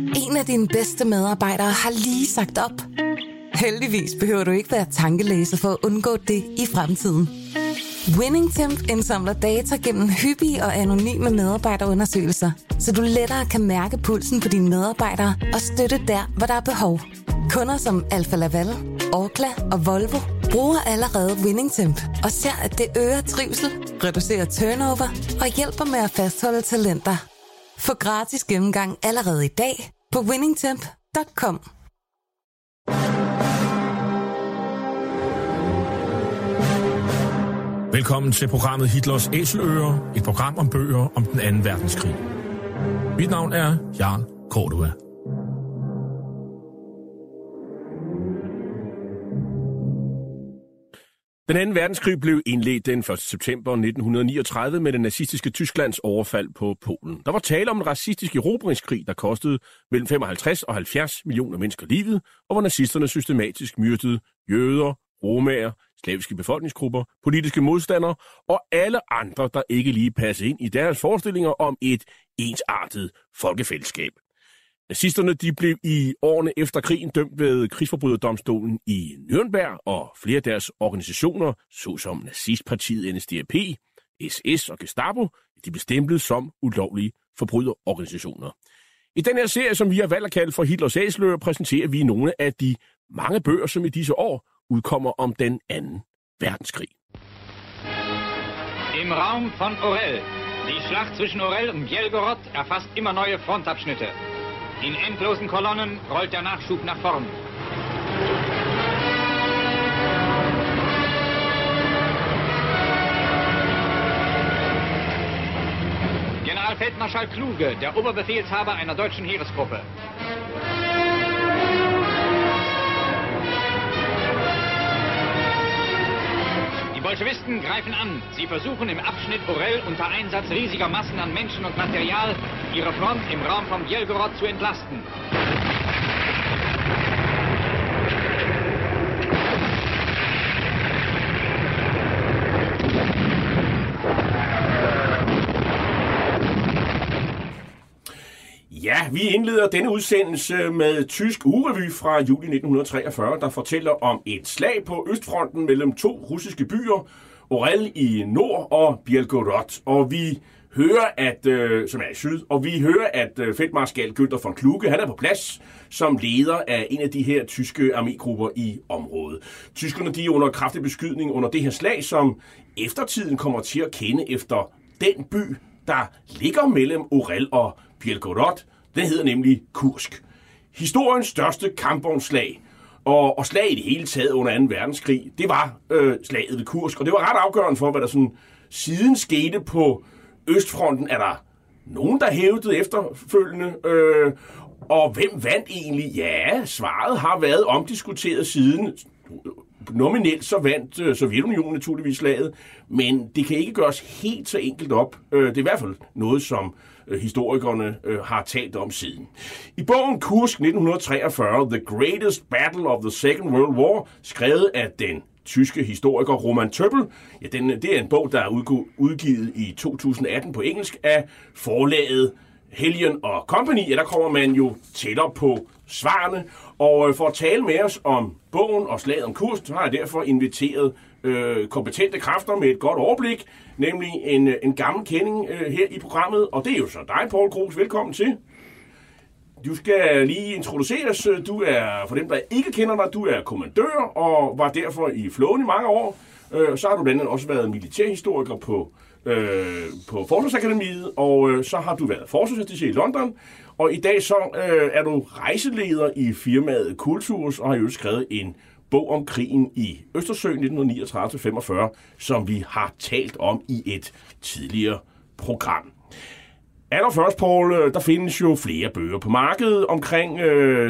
En af dine bedste medarbejdere har lige sagt op. Heldigvis behøver du ikke være tankelæser for at undgå det i fremtiden. WinningTemp indsamler data gennem hyppige og anonyme medarbejderundersøgelser, så du lettere kan mærke pulsen på dine medarbejdere og støtte der, hvor der er behov. Kunder som Alfa Laval, Orkla og Volvo bruger allerede WinningTemp og ser, at det øger trivsel, reducerer turnover og hjælper med at fastholde talenter. Få gratis gennemgang allerede i dag på winningtemp.com. Velkommen til programmet Hitlers Æseløer, et program om bøger om den 2. verdenskrig. Mit navn er Jarl Cordua. Den 2. verdenskrig blev indledt den 1. september 1939 med det nazistiske Tysklands overfald på Polen. Der var tale om en racistisk erobringskrig, der kostede mellem 55 og 70 millioner mennesker livet, og hvor nazisterne systematisk myrdede jøder, romaer, slaviske befolkningsgrupper, politiske modstandere og alle andre, der ikke lige passede ind i deres forestillinger om et ensartet folkefællesskab. Nazisterne de blev i årene efter krigen dømt ved krigsforbryderdomstolen i Nürnberg, og flere af deres organisationer, såsom nazistpartiet NSDAP, SS og Gestapo, de blev stemplet som ulovlige forbryderorganisationer. I den her serie, som vi har valgt at kalde for Hitlers Æseløer, præsenterer vi nogle af de mange bøger, som i disse år udkommer om den 2. verdenskrig. Im Raum von Orel. Die Schlacht zwischen Orel und Bjelgorod erfasst immer neue Frontabschnitte. In endlosen Kolonnen rollt der Nachschub nach vorn. Generalfeldmarschall Kluge, der Oberbefehlshaber einer deutschen Heeresgruppe. Die Bolschewisten greifen an. Sie versuchen im Abschnitt Orel unter Einsatz riesiger Massen an Menschen und Material ihre Front im Raum von Bjelgorod zu entlasten. Ja, vi indleder denne udsendelse med tysk ugerevy fra juli 1943, der fortæller om et slag på Østfronten mellem 2 russiske byer, Orel i nord og Bjelgorod. Og vi hører, som er i syd, og vi hører, at feltmarskal Günther von Kluge, han er på plads som leder af en af de her tyske armégrupper i området. Tyskerne de er under kraftig beskydning under det her slag, som eftertiden kommer til at kende efter den by, der ligger mellem Orel og Bjelgorod. Den hedder nemlig Kursk. Historiens største kampvognsslag og slag i det hele taget under 2. verdenskrig, det var slaget ved Kursk. Og det var ret afgørende for, hvad der sådan siden skete på Østfronten. Er der nogen, der hævdede efterfølgende? Og hvem vandt egentlig? Ja, svaret har været omdiskuteret siden. Nominelt så vandt Sovjetunionen naturligvis slaget, men det kan ikke gøres helt så enkelt op. Det er i hvert fald noget, som historikerne har talt om siden. I bogen Kursk 1943, The Greatest Battle of the Second World War, skrevet af den tyske historiker Roman Töppel, det er en bog, der er udgivet i 2018 på engelsk af forlaget Hellion og Company. Ja, der kommer man jo tættere på svarene. Og for at tale med os om bogen og slaget om Kursk, så har jeg derfor inviteret kompetente kræfter med et godt overblik, nemlig en gammel kending her i programmet, og det er jo så dig, Poul Krogs. Velkommen til. Du skal lige introduceres. Du er, for dem, der ikke kender dig, du er kommandør og var derfor i flåden i mange år. Så har du blandt andet også været militærhistoriker på Forsvarsakademiet, og så har du været forsvarsattaché i London, og i dag så er du rejseleder i firmaet Kulturs, og har jo skrevet en bog om krigen i Østersøen 1939-45, som vi har talt om i et tidligere program. Allerførst, Poul, der findes jo flere bøger på markedet omkring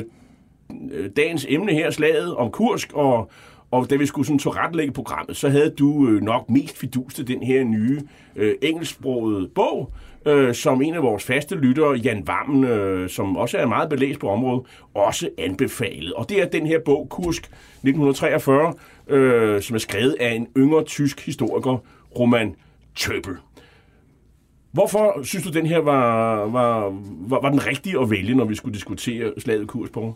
dagens emne her, slaget om Kursk, og da vi skulle sådan tilrettelægge programmet, så havde du nok mest fidus til den her nye engelsksprogede bog, som en af vores faste lyttere, Jan Wammen, som også er meget belæst på området, også anbefalet. Og det er den her bog, Kursk 1943, som er skrevet af en yngre tysk historiker, Roman Töppel. Hvorfor synes du, den her var den rigtige at vælge, når vi skulle diskutere slaget Kursk, Poul?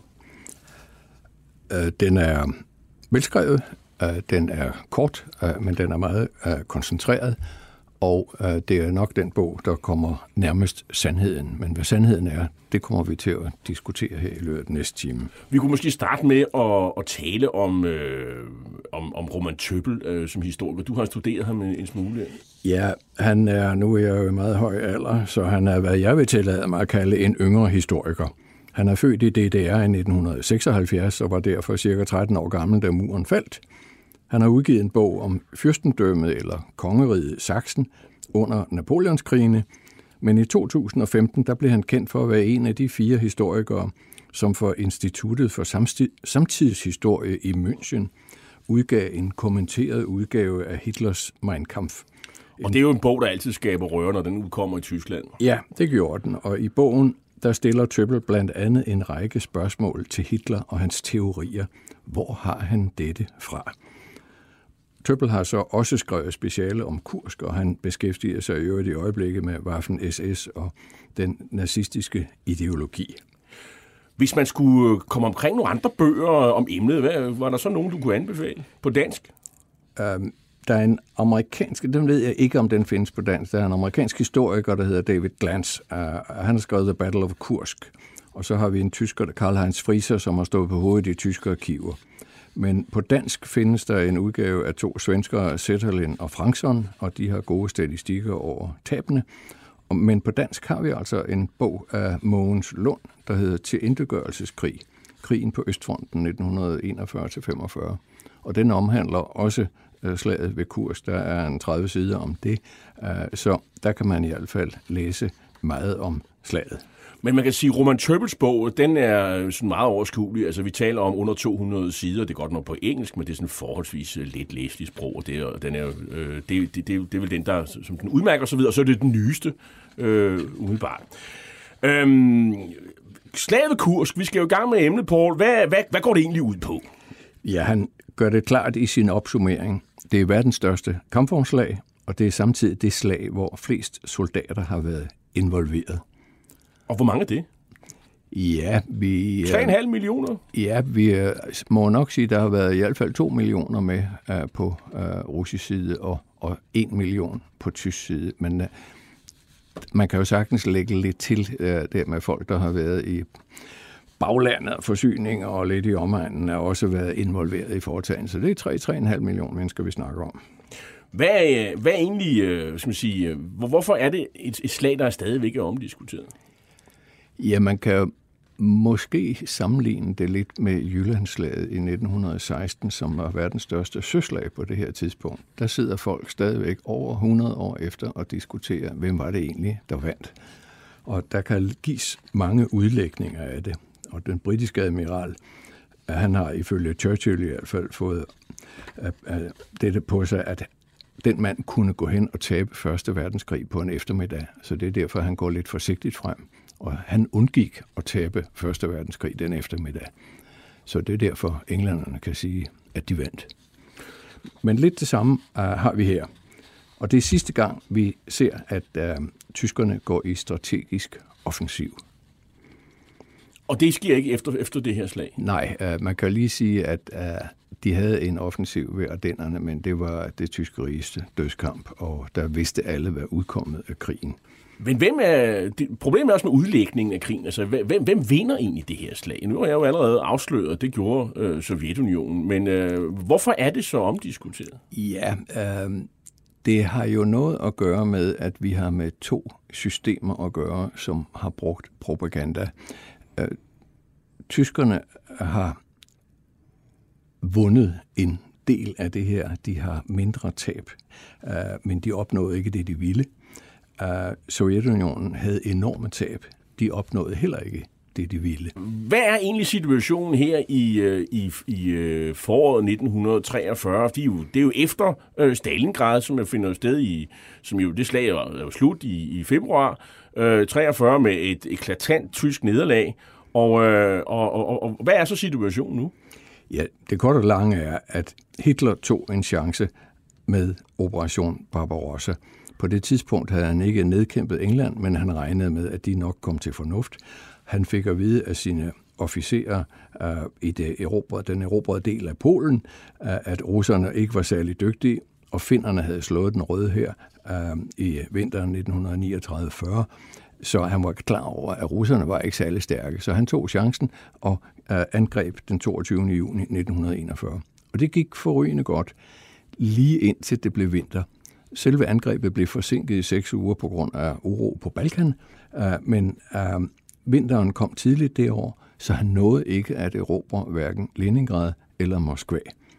Den er velskrevet, den er kort, men den er meget koncentreret, og det er nok den bog, der kommer nærmest sandheden. Men hvad sandheden er, det kommer vi til at diskutere her i løbet af den næste time. Vi kunne måske starte med at tale om Roman Tøbbel som historiker. Du har studeret ham en smule. Ja, nu er jeg jo i meget høj alder, så han er, hvad jeg vil tillade mig at kalde en yngre historiker. Han er født i DDR i 1976 og var derfor cirka 13 år gammel, da muren faldt. Han har udgivet en bog om fyrstendømmet eller kongeriget Sachsen under Napoleonskrigene, men i 2015 der blev han kendt for at være en af de 4 historikere, som for Instituttet for Samtidshistorie i München udgav en kommenteret udgave af Hitlers Mein Kampf. Og det er jo en bog, der altid skaber røre, når den udkommer i Tyskland. Ja, det gjorde den, og i bogen der stiller Tøbbel blandt andet en række spørgsmål til Hitler og hans teorier. Hvor har han dette fra? Tøbbel har så også skrevet speciale om Kursk, og han beskæftiger sig i øvrigt i øjeblikket med Waffen-SS og den nazistiske ideologi. Hvis man skulle komme omkring nogle andre bøger om emnet, var der så nogen, du kunne anbefale på dansk? Der er en amerikansk, den ved jeg ikke, om den findes på dansk, der er en amerikansk historiker, der hedder David Glantz. Han har skrevet The Battle of Kursk. Og så har vi en tysker, Karl-Heinz Frieser, som har stået på hovedet i tyske arkiver. Men på dansk findes der en udgave af 2 svenskere, Zetterlin og Frankson, og de har gode statistikker over tabene. Men på dansk har vi altså en bog af Mogens Lund, der hedder Tilintetgørelseskrig. Krigen på Østfronten 1941-45. Og den omhandler også slaget ved Kursk. Der er en 30 sider om det, så der kan man i hvert fald læse meget om slaget. Men man kan sige, at Roman Tøbbels bog, den er sådan meget overskuelig. Altså, vi taler om under 200 sider. Det er godt nok på engelsk, men det er sådan forholdsvis let læselig sprog. Og det er vel den, der som den udmærker og så videre. Og så er det den nyeste, umiddelbart. Slaget ved Kursk, vi skal jo i gang med emnet, Poul. Hvad går det egentlig ud på? Ja, han gør det klart i sin opsummering. Det er verdens største kampvognsslag, og det er samtidig det slag, hvor flest soldater har været involveret. Og hvor mange er det? Ja, 3,5 millioner? Ja, vi må nok sige, at der har været i hvert fald 2 millioner med på russisk side og 1 million på tysk side. Men man kan jo sagtens lægge lidt til der med folk, der har været i baglandet, forsyninger og lidt i omegnen, har også været involveret i foretagelsen. Så det er 3,5 millioner mennesker, vi snakker om. Hvad er egentlig, skal man sige, hvorfor er det et slag, der stadigvæk er omdiskuteret? Ja, man kan måske sammenligne det lidt med Jyllandsslaget i 1916, som var verdens største søslag på det her tidspunkt. Der sidder folk stadigvæk over 100 år efter og diskuterer, hvem var det egentlig, der vandt. Og der kan gives mange udlægninger af det. Og den britiske admiral, han har ifølge Churchill i hvert fald fået dette på sig, at den mand kunne gå hen og tabe Første Verdenskrig på en eftermiddag. Så det er derfor, han går lidt forsigtigt frem. Og han undgik at tabe Første Verdenskrig den eftermiddag. Så det er derfor, englænderne kan sige, at de vandt. Men lidt det samme har vi her. Og det er sidste gang, vi ser, at tyskerne går i strategisk offensiv. Og det sker ikke efter det her slag? Nej, man kan lige sige, at de havde en offensiv ved Ardennerne, men det var det tyske rigeste dødskamp, og der vidste alle, hvad udkommet af krigen. Men problemet er også med udlægningen af krigen. Altså, hvem vinder egentlig det her slag? Nu har jeg jo allerede afsløret, det gjorde Sovjetunionen, men hvorfor er det så omdiskuteret? Ja, det har jo noget at gøre med, at vi har med 2 systemer at gøre, som har brugt propaganda. Tyskerne har vundet en del af det her. De har mindre tab, men de opnåede ikke det, de ville. Sovjetunionen havde enorme tab. De opnåede heller ikke det, de ville. Hvad er egentlig situationen her i foråret 1943? Det er jo efter Stalingrad, som finder sted i, som jo det slag er slut i februar 43 med et eklatant tysk nederlag. Og hvad er så situationen nu? Ja, det korte og lange er, at Hitler tog en chance med Operation Barbarossa, På det tidspunkt havde han ikke nedkæmpet England, men han regnede med, at de nok kom til fornuft. Han fik at vide af sine officerer i den erobrede del af Polen, at russerne ikke var særlig dygtige, og finnerne havde slået den røde hær i vinteren 1939-40. Så han var klar over, at russerne var ikke særlig stærke. Så han tog chancen og angreb den 22. juni 1941. Og det gik forrygende godt, lige indtil det blev vinter. Selve angrebet blev forsinket i 6 uger på grund af uro på Balkan, men vinteren kom tidligt det år, så han nåede ikke at erobre hverken Leningrad eller Moskva.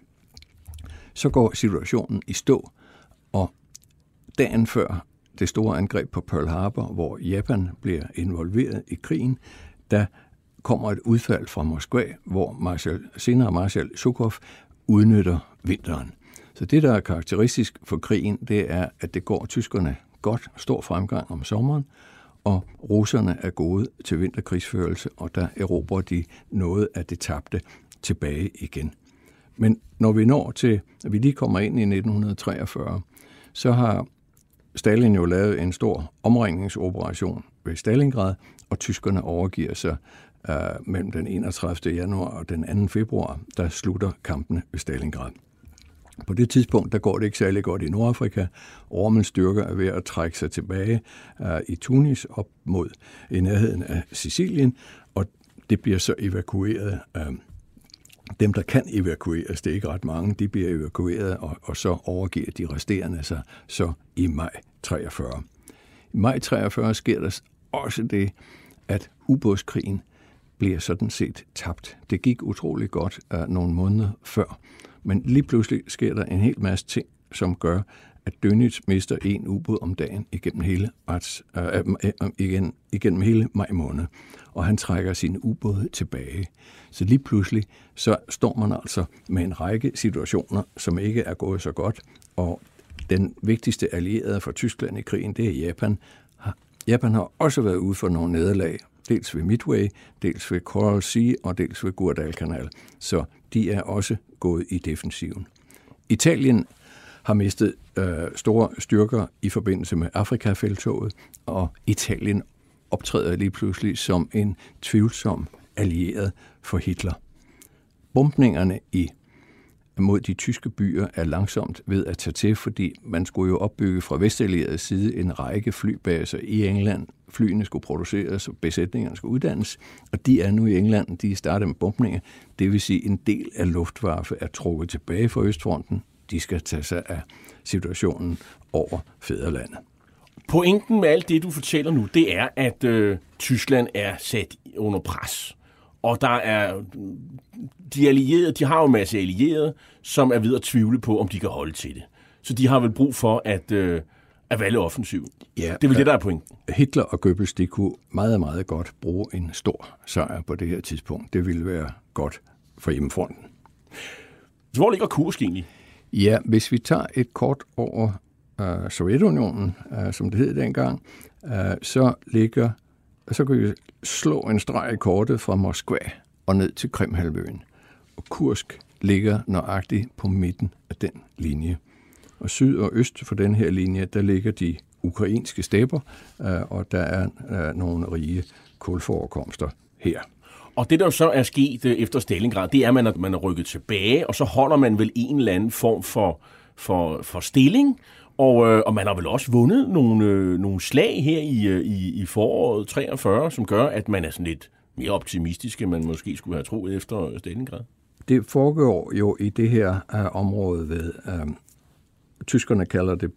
Så går situationen i stå, og dagen før det store angreb på Pearl Harbor, hvor Japan bliver involveret i krigen, der kommer et udfald fra Moskva, hvor senere Marshal Zhukov udnytter vinteren. Så det, der er karakteristisk for krigen, det er, at det går tyskerne godt, stor fremgang om sommeren, og russerne er gode til vinterkrigsførelse, og der erobrer de noget af det tabte tilbage igen. Men når vi når til, at vi lige kommer ind i 1943, så har Stalin jo lavet en stor omringningsoperation ved Stalingrad, og tyskerne overgiver sig mellem den 31. januar og den 2. februar, der slutter kampene ved Stalingrad. På det tidspunkt, der går det ikke særlig godt i Nordafrika. Ormens styrker er ved at trække sig tilbage i Tunis op mod i nærheden af Sicilien, og det bliver så evakueret. Dem, der kan evakueres, det er ikke ret mange, de bliver evakueret, og så overgiver de resterende sig så i maj 43. I maj 43 sker der også det, at ubådskrigen bliver sådan set tabt. Det gik utrolig godt nogle måneder før, men lige pludselig sker der en hel masse ting, som gør, at Dönitz mister en ubåd om dagen igennem hele maj måned, og han trækker sine ubåde tilbage. Så lige pludselig så står man altså med en række situationer, som ikke er gået så godt, og den vigtigste allierede for Tyskland i krigen, det er Japan. Japan har også været ude for nogle nederlag, dels ved Midway, dels ved Coral Sea og dels ved Guadalcanal. Så de er også gået i defensiven. Italien har mistet store styrker i forbindelse med Afrikafelttoget, og Italien optræder lige pludselig som en tvivlsom allieret for Hitler. Bombningerne mod de tyske byer er langsomt ved at tage til, fordi man skulle jo opbygge fra Vestallierets side en række flybaser i England. Flyene skulle produceres, og besætningerne skulle uddannes, og de er nu i England, de starter med bombninger. Det vil sige, en del af Luftwaffe er trukket tilbage fra Østfronten. De skal tage sig af situationen over fædrelandet. Pointen med alt det, du fortæller nu, det er, at Tyskland er sat under pres. Og der er de allierede, de har jo en masse allierede, som er ved at tvivle på, om de kan holde til det. Så de har vel brug for at valge offensiv. Ja, det er vel det, der er pointen. Hitler og Goebbels, de kunne meget, meget godt bruge en stor sejr på det her tidspunkt. Det ville være godt for hjemmefronten. Så hvor ligger Kursk egentlig? Ja, hvis vi tager et kort over Sovjetunionen, som det hed dengang, så kan vi slå en streg i kortet fra Moskva og ned til Krimhalvøen. Og Kursk ligger nøjagtigt på midten af den linje. Og syd og øst for den her linje, der ligger de ukrainske stepper, og der er nogle rige kulforekomster her. Og det, der så er sket efter Stalingrad, det er, at man er rykket tilbage, og så holder man vel en eller anden form for stilling, og man har vel også vundet nogle slag her i foråret 43, som gør, at man er sådan lidt mere optimistisk, end man måske skulle have troet efter Stalingrad. Det foregår jo i det her område ved, tyskerne kalder det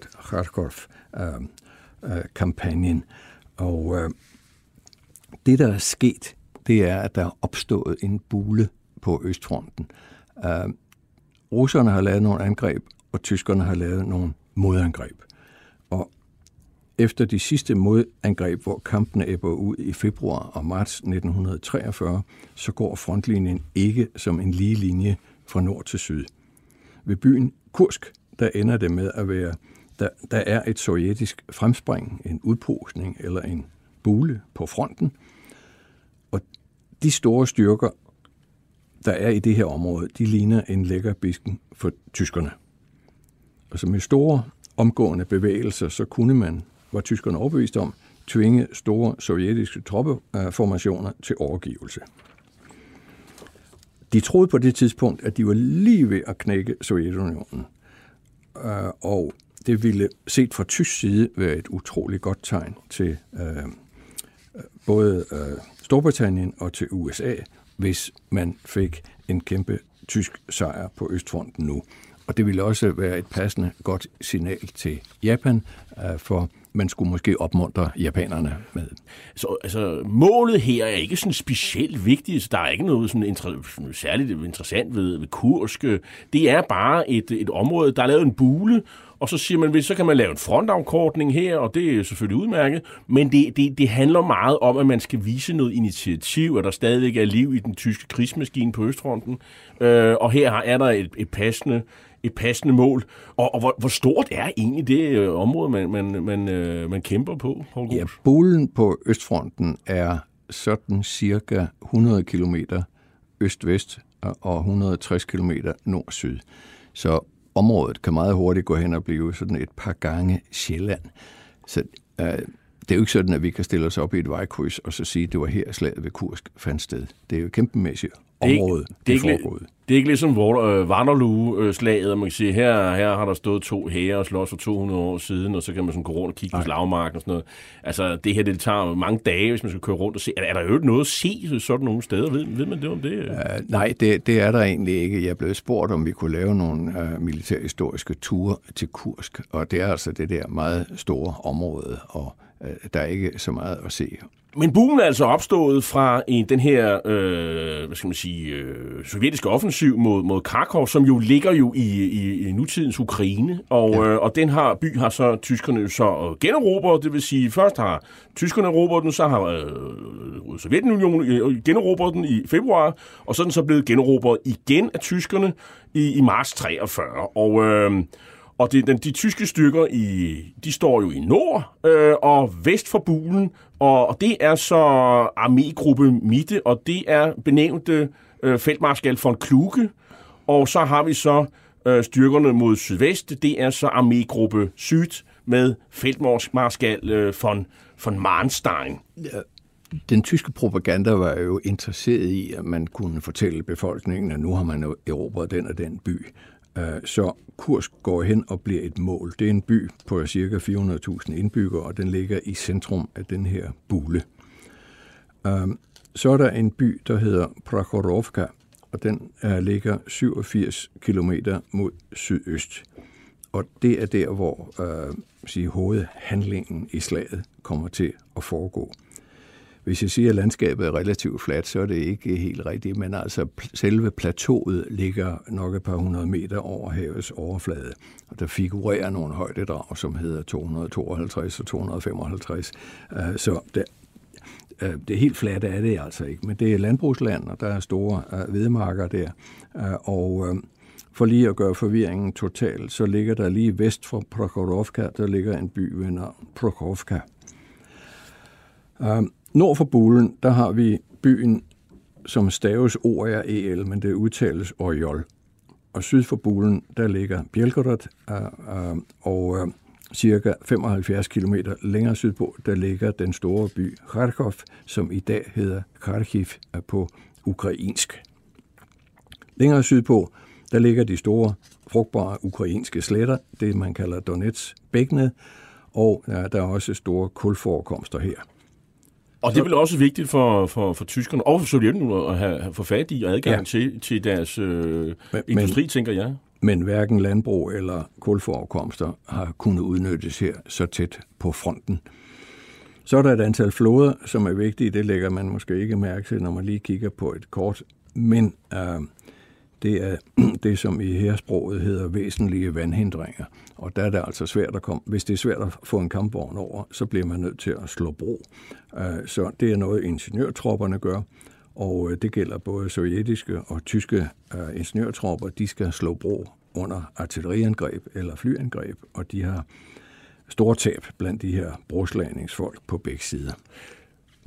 Belgorod-Kharkov-kampagnen, og det, der er sket, det er, at der er opstået en bule på Østfronten. Russerne har lavet nogle angreb, og tyskerne har lavet nogle modangreb. Og efter de sidste modangreb, hvor kampene ebber ud i februar og marts 1943, så går frontlinjen ikke som en lige linje fra nord til syd. Ved byen Kursk, der ender det med at være, der er et sovjetisk fremspring, en udposning eller en bule på fronten. Og de store styrker, der er i det her område, de ligner en lækkerbisken for tyskerne. Altså med store omgående bevægelser, så kunne man, var tyskerne overbevist om, tvinge store sovjetiske troppeformationer til overgivelse. De troede på det tidspunkt, at de var lige ved at knække Sovjetunionen, og det ville set fra tysk side være et utroligt godt tegn til både Storbritannien og til USA, hvis man fik en kæmpe tysk sejr på Østfronten nu. Og det ville også være et passende godt signal til Japan, for man skulle måske opmuntre japanerne med. Så altså, målet her er ikke sådan specielt vigtigt, så der er ikke noget sådan særligt interessant ved Kursk. Det er bare et område, der er lavet en bule, og så siger man, så kan man lave en frontafkortning her, og det er selvfølgelig udmærket, men det handler meget om, at man skal vise noget initiativ, at der stadigvæk er liv i den tyske krigsmaskine på Østfronten, og her er der et passende mål. Og hvor stort er egentlig det område, man kæmper på, Poul Gros? Ja, bulen på Østfronten er sådan cirka 100 kilometer øst-vest og 160 kilometer nord-syd. Så området kan meget hurtigt gå hen og blive sådan et par gange Sjælland. Så det er jo ikke sådan, at vi kan stille os op i et vejkryds og så sige, at det var her slaget ved Kursk fandt sted. Det er jo et kæmpemæssigt område, det foregået. Det er ikke ligesom Waterloo-slaget, og man kan sige, her har der stået 2 hære og slås for 200 år siden, og så kan man sådan gå rundt og kigge på slagmarken og sådan noget. Altså, det her, det tager mange dage, hvis man skal køre rundt og se. Er der jo noget at se sådan nogle steder? Ved man det om det? Nej, det er der egentlig ikke. Jeg er blevet spurgt, om vi kunne lave nogle militærhistoriske ture til Kursk, og det er altså det der meget store område, og der er ikke så meget at se. Men bulen er altså opstået fra den her, sovjetiske offensiv mod Kharkov, som jo ligger jo i nutidens Ukraine, og den her by har så tyskerne så generobret, det vil sige, først har tyskerne erobret den, så har Sovjetunionen generobret den i februar, og så er den så blevet generobret igen af tyskerne i marts 43, og de tyske styrker, de står jo i nord og vest for bulen, og det er så armégruppe Mitte, og det er benævnte feltmarskal von Kluge, og så har vi så styrkerne mod sydvest, det er så armégruppe Syd med feltmarskal von Manstein. Ja. Den tyske propaganda var jo interesseret i, at man kunne fortælle befolkningen, at nu har man erobret den og den by. Så Kursk går hen og bliver et mål. Det er en by på ca. 400.000 indbyggere, og den ligger i centrum af den her bule. Så er der en by, der hedder Prokhorovka, og den ligger 87 kilometer mod sydøst. Og det er der, hvor hovedhandlingen i slaget kommer til at foregå. Hvis jeg siger, at landskabet er relativt fladt, så er det ikke helt rigtigt, men altså selve plateauet ligger nok et par 100 meter over havets overflade, og der figurerer nogle højdedrag, som hedder 252 og 255, så det helt flatte er det altså ikke, men det er landbrugsland, og der er store hvedemarker der, og for lige at gøre forvirringen total, så ligger der lige vest for Prokhorovka, der ligger en by ved navn Prokhorovka. Nord for bulen, der har vi byen, som staves O-R-E-L, men det udtales Orjol. Og syd for bulen, der ligger Belgorod, og cirka 75 kilometer længere sydpå, der ligger den store by Kharkov, som i dag hedder Kharkiv på ukrainsk. Længere sydpå, der ligger de store, frugtbare ukrainske sletter, det man kalder Donets-bækkenet, og der er også store kulforekomster her. Og det er vel også vigtigt for tyskerne og for Sovjetunionen at få fat i og adgang til deres industri, tænker jeg. Men hverken landbrug eller kulforekomster har kunnet udnyttes her så tæt på fronten. Så er der et antal floder, som er vigtige. Det lægger man måske ikke mærke til, når man lige kigger på et kort. Men det er det, som i hærsproget hedder væsentlige vandhindringer. Og der er det altså svært at komme. Hvis det er svært at få en kampvogn over, så bliver man nødt til at slå bro. Så det er noget, ingeniørtropperne gør. Og det gælder både sovjetiske og tyske ingeniørtropper. De skal slå bro under artilleriangreb eller flyangreb, og de har store tab blandt de her broslagningsfolk på begge sider.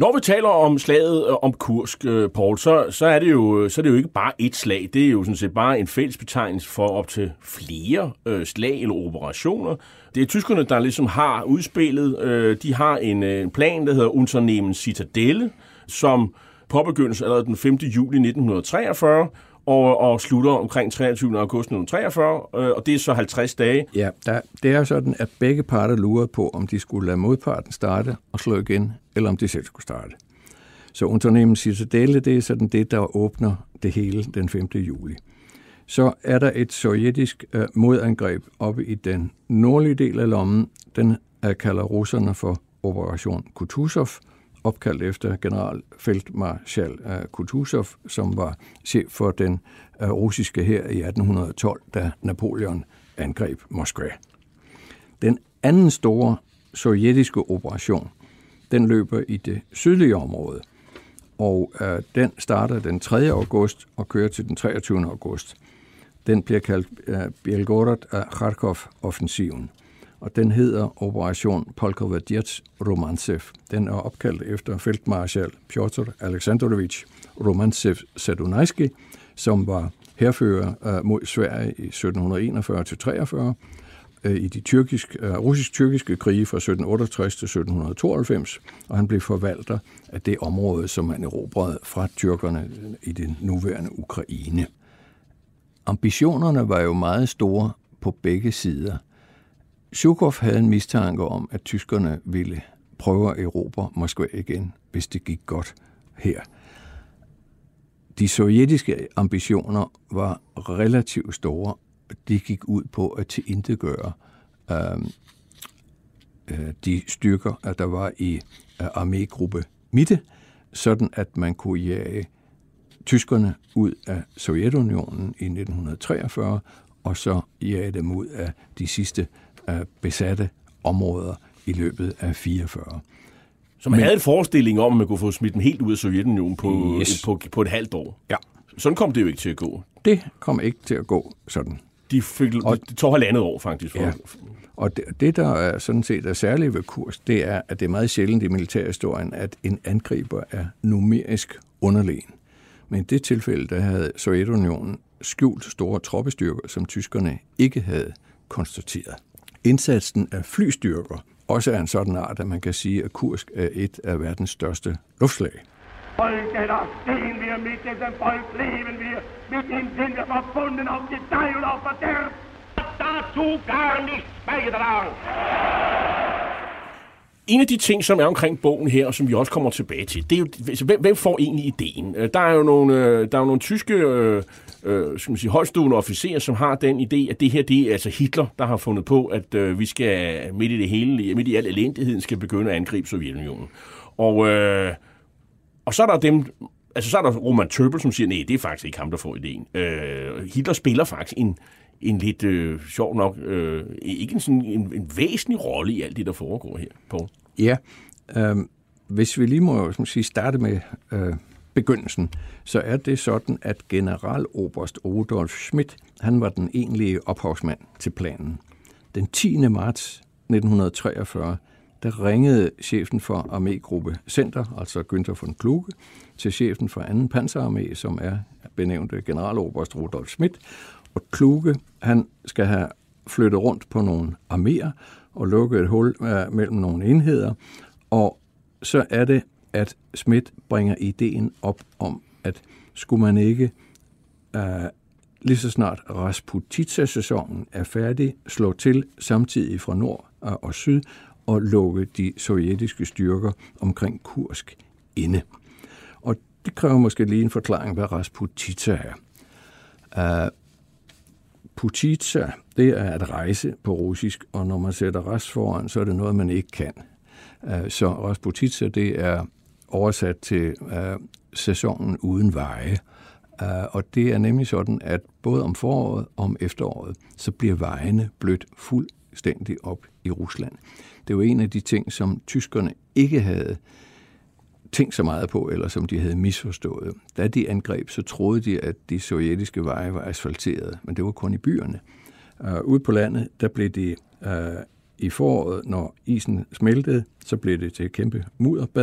Når vi taler om slaget om Kursk, Poul, så er det jo ikke bare et slag. Det er jo sådan set bare en fællesbetegnelse for op til flere slag eller operationer. Det er tyskerne, der ligesom har udspillet. De har en plan, der hedder Unternehmen Citadelle, som påbegyndes allerede den 5. juli 1943 og slutter omkring 23. august 1943, og det er så 50 dage. Ja, det er sådan, at begge parter lurede på, om de skulle lade modparten starte og slå igen, eller om de selv skulle starte. Så Unternehmen Citadelle, det er sådan det, der åbner det hele den 5. juli. Så er der et sovjetisk modangreb oppe i den nordlige del af lommen. Den kalder russerne for Operation Kutuzov, opkaldt efter generalfeltmarskal Kutuzov, som var chef for den russiske hær i 1812, da Napoleon angreb Moskva. Den anden store sovjetiske operation, den løber i det sydlige område, og den starter den 3. august og kører til den 23. august. Den bliver kaldt Belgorod-Kharkov-offensiven, og den hedder Operation Polkovodiec Romantsev. Den er opkaldt efter feltmarskal Pjotr Alexandrovich Romantsev-Sadunaiski, som var hærfører mod Sverige i 1741-43 i de russisk-tyrkiske krige fra 1768 til 1792, og han blev forvalter af det område, som man erobrede fra tyrkerne i det nuværende Ukraine. Ambitionerne var jo meget store på begge sider. Zjukov havde en mistanke om, at tyskerne ville prøve at erobre Moskva igen, hvis det gik godt her. De sovjetiske ambitioner var relativt store. De gik ud på at tilintetgøre de styrker, der var i armégruppe Mitte, sådan at man kunne jage tyskerne ud af Sovjetunionen i 1943, og så jage dem ud af de sidste besatte områder i løbet af 44. Så man havde en forestilling om, at man kunne få smidt dem helt ud af Sovjetunionen på et halvt år. Ja. Sådan kom det jo ikke til at gå. Det kom ikke til at gå sådan. Det tog 1,5 år faktisk. Ja. Og det, der er sådan set er særligt ved Kursk, det er, at det er meget sjældent i militærhistorien, at en angriber er numerisk underlegen. Men i det tilfælde, der havde Sovjetunionen skjult store troppestyrker, som tyskerne ikke havde konstateret. Indsatsen af flystyrker også er en sådan art, at man kan sige, at Kursk er et af verdens største luftslag. Folket stehen wir mit diesem Volk, leben wir, mit ihm sind wir verbunden auf Gedeih und auf Verderb. Dazu gar nichts beigetragen. En af de ting, som er omkring bogen her, og som vi også kommer tilbage til, det er jo, hvem får egentlig ideen? Der er jo nogle tyske skal man sige, højtstående officerer, som har den idé, at det her, det er altså Hitler, der har fundet på, at vi skal midt i det hele, midt i al elendigheden, skal begynde at angribe Sovjetunionen. Og så er der dem, altså så er der Roman Többel, som siger, nej, det er faktisk ikke ham, der får ideen. Hitler spiller faktisk en lidt sjov nok, ikke en væsentlig rolle i alt det, der foregår her på. Ja, hvis vi lige må starte med begyndelsen, så er det sådan, at generaloberst Rudolf Schmidt, han var den egentlige ophavsmand til planen. Den 10. marts 1943, der ringede chefen for armégruppe Center, altså Günther von Kluge, til chefen for 2. panserarmé, som er benævnte generaloberst Rudolf Schmidt. Og Kluge, han skal have flyttet rundt på nogle arméer og lukket et hul mellem nogle enheder. Og så er det, at Schmidt bringer ideen op om, at skulle man ikke lige så snart Rasputitsa-sæsonen er færdig, slå til samtidig fra nord og syd og lukke de sovjetiske styrker omkring Kursk inde. Og det kræver måske lige en forklaring, hvad Rasputitsa er. Putitsa, det er at rejse på russisk, og når man sætter ras foran, så er det noget, man ikke kan. Så Rasputitsa, det er oversat til sæsonen uden veje. Og det er nemlig sådan, at både om foråret og om efteråret, så bliver vejene blødt fuldstændig op i Rusland. Det var en af de ting, som tyskerne ikke havde tænkt så meget på, eller som de havde misforstået. Da de angreb, så troede de, at de sovjetiske veje var asfalterede, men det var kun i byerne. Ude på landet, der blev det i foråret, når isen smeltede, så blev det til et kæmpe mudderbad,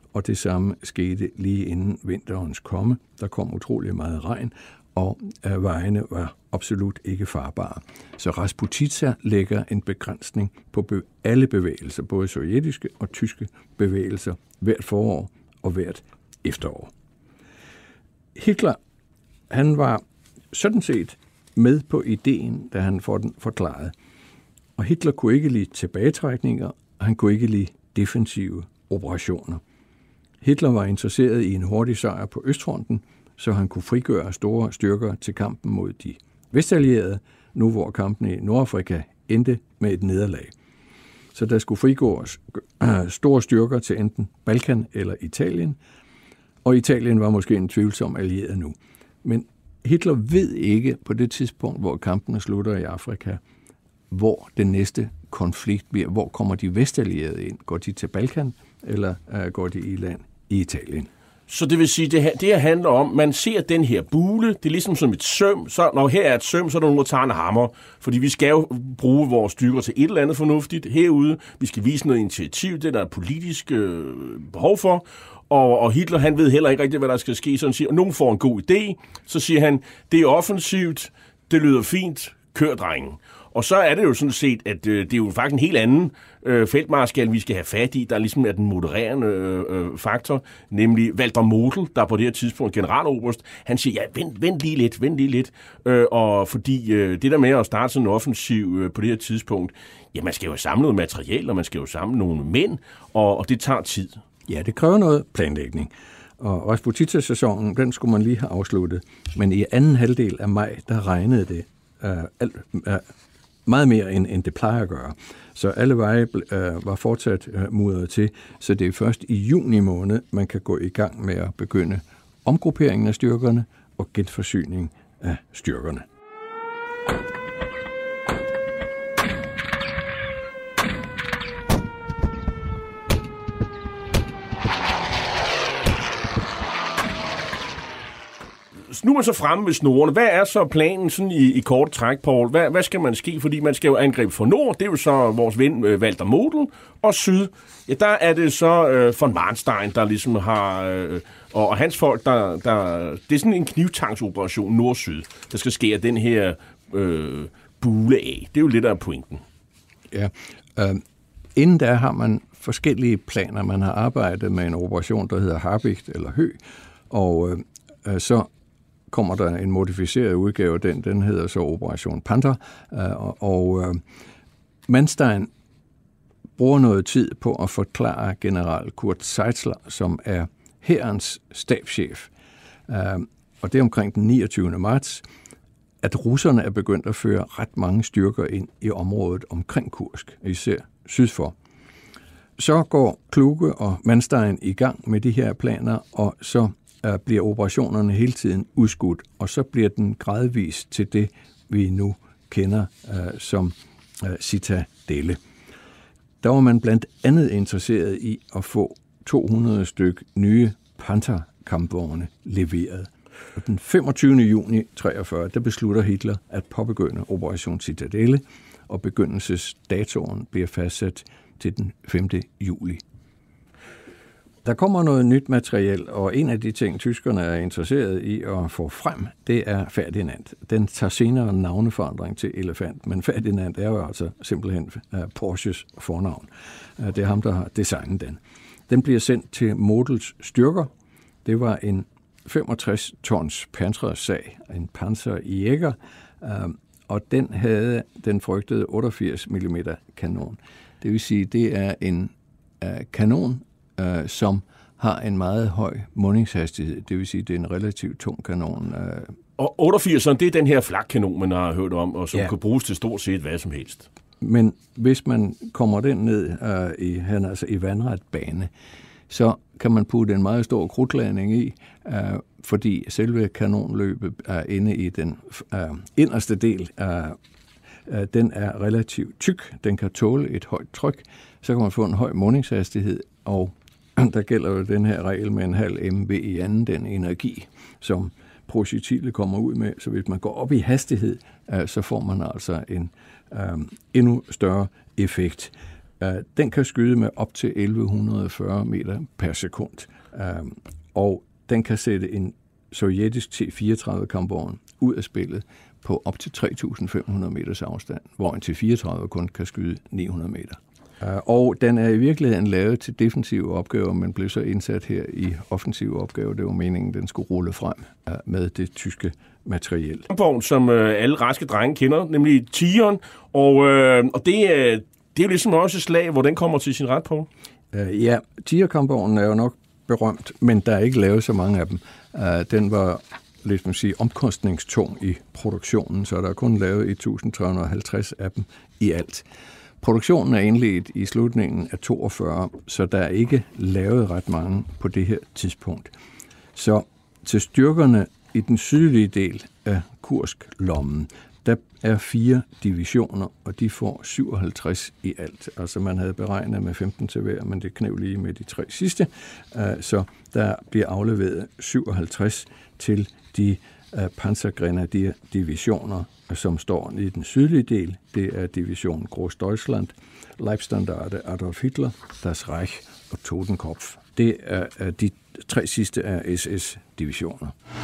og det samme skete lige inden vinterens komme. Der kom utrolig meget regn, og vejene var absolut ikke farbare. Så Rasputitsa lægger en begrænsning på alle bevægelser, både sovjetiske og tyske bevægelser, hvert forår og hvert efterår. Hitler, han var sådan set med på ideen, da han får den forklaret. Og Hitler kunne ikke lide tilbagetrækninger, og han kunne ikke lide defensive operationer. Hitler var interesseret i en hurtig sejr på Østfronten, så han kunne frigøre store styrker til kampen mod de vestallierede, nu hvor kampen i Nordafrika endte med et nederlag. Så der skulle frigås store styrker til enten Balkan eller Italien, og Italien var måske en tvivlsom allieret nu. Men Hitler ved ikke på det tidspunkt, hvor kampene slutter i Afrika, hvor den næste konflikt bliver. Hvor kommer de vestallierede ind? Går de til Balkan, eller går de i land i Italien? Så det vil sige, det her handler om, man ser den her bule, det er ligesom som et søm, så når her er et søm, så er der nogen, der tager en hammer, fordi vi skal jo bruge vores styrker til et eller andet fornuftigt herude, vi skal vise noget initiativ, det der er politisk behov for, og Hitler, han ved heller ikke rigtigt, hvad der skal ske, så han siger, og nogen får en god idé, så siger han, det er offensivt, det lyder fint, kør drengen. Og så er det jo sådan set, at det er jo faktisk en helt anden feltmarskal, vi skal have fat i, der ligesom er den modererende faktor, nemlig Walter Model, der på det her tidspunkt generaloberst, han siger, ja, vent lige lidt, og fordi det der med at starte sådan en offensiv på det her tidspunkt, ja, man skal jo samle noget materiel, og man skal jo samle nogle mænd, og det tager tid. Ja, det kræver noget planlægning. Og Rasputitsa-sæsonen, den skulle man lige have afsluttet, men i anden halvdel af maj, der regnede det meget mere, end det plejer at gøre. Så alle veje var fortsat mudret til, så det er først i juni måned, man kan gå i gang med at begynde omgrupperingen af styrkerne og genforsyning af styrkerne. Nu er man så fremme ved snorene. Hvad er så planen sådan i kort træk, Paul? Hvad skal man ske? Fordi man skal jo angribe fra nord. Det er jo så vores ven Walter Model. Og syd, ja, der er det så von Manstein, der ligesom har... og hans folk, der det er sådan en knivtangsoperation nord-syd, der skal ske af den her bule af. Det er jo lidt af pointen. Ja. Inden da har man forskellige planer. Man har arbejdet med en operation, der hedder Habicht eller Hø, og så kommer der en modificeret udgave, den hedder så Operation Panther, og Manstein bruger noget tid på at forklare general Kurt Zeitzler, som er hærens stabschef, og det er omkring den 29. marts, at russerne er begyndt at føre ret mange styrker ind i området omkring Kursk, især sydfor. Så går Kluge og Manstein i gang med de her planer, og så bliver operationerne hele tiden udskudt, og så bliver den gradvist til det, vi nu kender som Citadelle. Der var man blandt andet interesseret i at få 200 styk nye Panther-kampvogne leveret. Og den 25. juni 43, der beslutter Hitler at påbegynde Operation Citadelle, og begyndelsesdatoen bliver fastsat til den 5. juli. Der kommer noget nyt materiel, og en af de ting, tyskerne er interesseret i at få frem, det er Ferdinand. Den tager senere navneforandring til Elefant, men Ferdinand er jo altså simpelthen Porsches fornavn. Det er ham, der har designet den. Den bliver sendt til Models styrker. Det var en 65 tons Panzer-sag, en Panzerjäger, og den havde den frygtede 88 mm kanon. Det vil sige, det er en kanon, som har en meget høj mundingshastighed. Det vil sige, det er en relativt tung kanon. Og 88'eren, det er den her flakkanon, man har hørt om, og som kan bruges til stort set hvad som helst. Men hvis man kommer den ned i vandret bane, så kan man putte en meget stor krudtladning i, fordi selve kanonløbet er inde i den inderste del. Den er relativt tyk, den kan tåle et højt tryk, så kan man få en høj mundingshastighed, og der gælder jo den her regel med en halv MV i anden, den energi, som projektilet kommer ud med. Så hvis man går op i hastighed, så får man altså en endnu større effekt. Den kan skyde med op til 1140 meter per sekund, og den kan sætte en sovjetisk T-34-kampvogn ud af spillet på op til 3.500 meters afstand, hvor en T-34 kun kan skyde 900 meter. Og den er i virkeligheden lavet til defensive opgaver, men blev så indsat her i offensive opgaver. Det var meningen, den skulle rulle frem med det tyske materiel. Kampvogn, som alle raske drenge kender, nemlig Tigeren, og det er jo ligesom også et slag, hvor den kommer til sin ret på. Ja, Tiger-kampvognen er jo nok berømt, men der er ikke lavet så mange af dem. Den var lidt omkostningstung i produktionen, så der er kun lavet 1.350 af dem i alt. Produktionen er indledt i slutningen af 42, så der er ikke lavet ret mange på det her tidspunkt. Så til styrkerne i den sydlige del af Kursk-lommen, der er 4 divisioner, og de får 57 i alt. Altså man havde beregnet med 15 til hver, men det kneb lige med de 3 sidste. Så der bliver afleveret 57 til de Panzergrenadier-divisioner, som står i den sydlige del. Det er division Großdeutschland, Leibstandarte Adolf Hitler, Das Reich og Totenkopf. Det er de 3 sidste af SS-divisioner.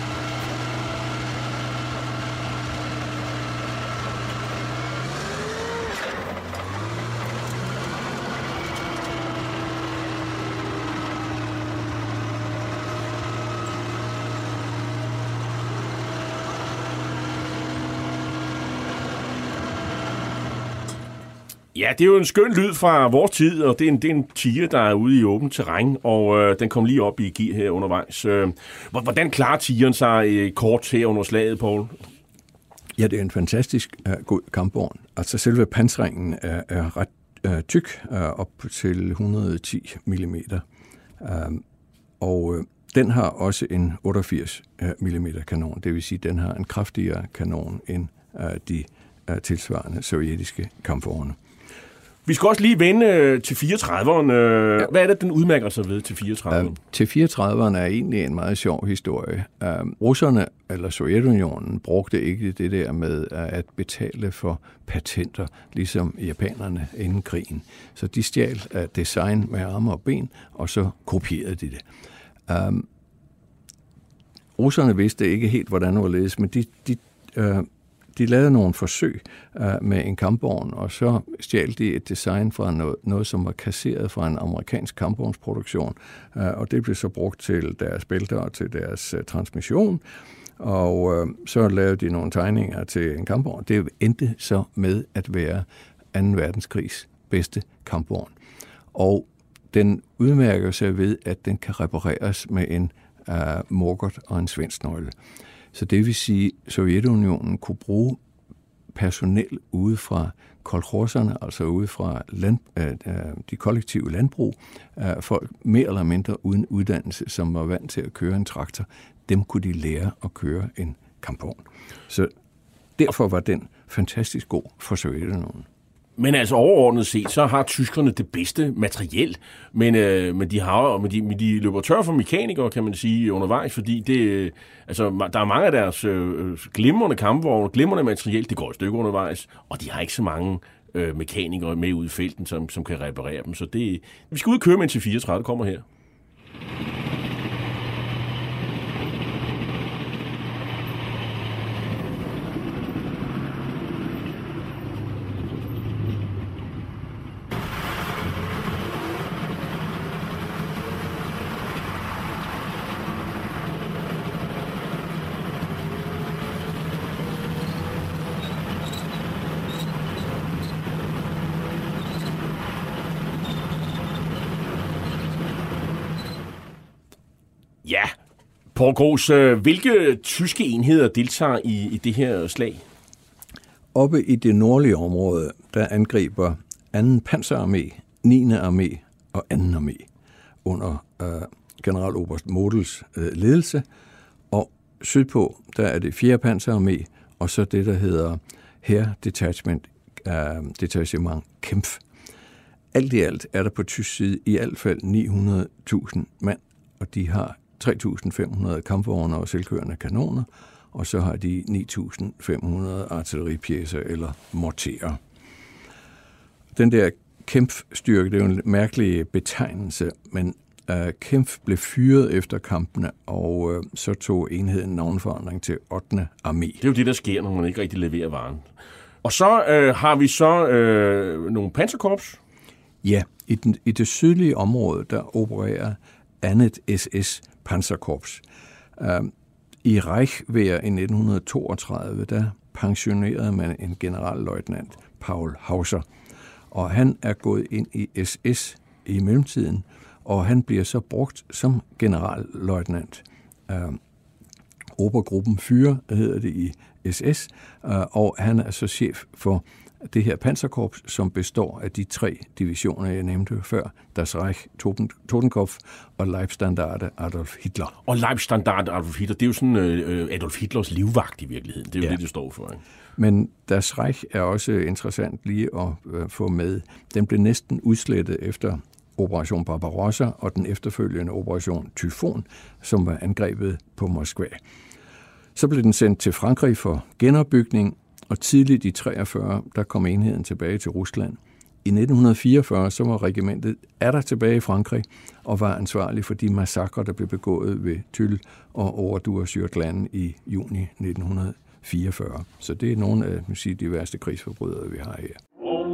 Ja, det er jo en skøn lyd fra vores tid, og det er en tiger, der er ude i åbent terræn, og den kom lige op i gear her undervejs. Hvordan klarer tigeren sig kort her under slaget, Poul? Ja, det er en fantastisk god kampvogn. Altså selve pansringen er ret tyk, op til 110 mm. Og den har også en 88 mm kanon, det vil sige, den har en kraftigere kanon end de tilsvarende sovjetiske kampvogne. Vi skal også lige vende til 34'eren. Ja. Hvad er det, den udmærker sig ved til 34'eren? Til 34'eren er egentlig en meget sjov historie. Russerne, eller Sovjetunionen, brugte ikke det der med at betale for patenter, ligesom japanerne inden krigen. Så de stjal design med arme og ben, og så kopierede de det. Russerne vidste ikke helt, hvordan det var ledes, men de lavede nogle forsøg med en kampvogn, og så stjal de et design fra noget, som var kasseret fra en amerikansk kampvognsproduktion, og det blev så brugt til deres bælter og til deres transmission, og så lavede de nogle tegninger til en kampvogn. Det endte så med at være 2. verdenskrigs bedste kampvogn, og den udmærker sig ved, at den kan repareres med en mukkert og en svensnøgle. Så det vil sige, at Sovjetunionen kunne bruge personel ude fra kolkhozerne, altså ude fra de kollektive landbrug, folk mere eller mindre uden uddannelse, som var vant til at køre en traktor. Dem kunne de lære at køre en kampvogn. Så derfor var den fantastisk god for Sovjetunionen. Men altså overordnet set, så har tyskerne det bedste materiel, men de løber tør for mekanikere, kan man sige, undervejs, fordi der er mange af deres glimrende kampvogne, glimrende materiel, det går et stykke undervejs, og de har ikke så mange mekanikere med ude i felten, som kan reparere dem. Så vi skal ud og køre med en T-34, der kommer her. Ja, Poul Gros, hvilke tyske enheder deltager i det her slag? Oppe i det nordlige område, der angriber 2. Panzerarmé, 9. armé og 2. armé under generaloberst Models ledelse. Og sydpå, der er det 4. Panzerarmé, og så det, der hedder Heer-detachement Kempf. Alt i alt er der på tysk side i hvert fald 900.000 mand, og de har 3.500 kampvogne og selvkørende kanoner, og så har de 9.500 artilleripjæser eller morterer. Den der Kempf-styrke, det er jo en mærkelig betegnelse, men Kempf blev fyret efter kampene, og så tog enheden navnforandring til 8. armé. Det er jo det, der sker, når man ikke rigtig leverer varen. Og så har vi så nogle panserkorps. Ja, i det sydlige område, der opererer andet SS Panserkorps. I Reichswehr i 1932, der pensionerede man en generalløjtnant, Paul Hauser, og han er gået ind i SS i mellemtiden, og han bliver så brugt som generalløjtnant. Obergruppen Führer hedder det i SS, og han er så chef for det her panserkorps, som består af de 3 divisioner, jeg nævnte før, Das Reich Totenkopf og Leibstandarte Adolf Hitler. Og Leibstandarte Adolf Hitler, det er jo sådan Adolf Hitlers livvagt i virkeligheden. Det er jo det står for. Ikke? Men Das Reich er også interessant lige at få med. Den blev næsten udslettet efter Operation Barbarossa og den efterfølgende Operation Tyfon, som var angrebet på Moskva. Så blev den sendt til Frankrig for genopbygning, og tidligt i 43, der kom enheden tilbage til Rusland. I 1944, så var regimentet atter tilbage i Frankrig og var ansvarlig for de massakrer, der blev begået ved Tulle og Oradour-sur-Glane i juni 1944. Så det er nogle af de værste krigsforbrydere, vi har her.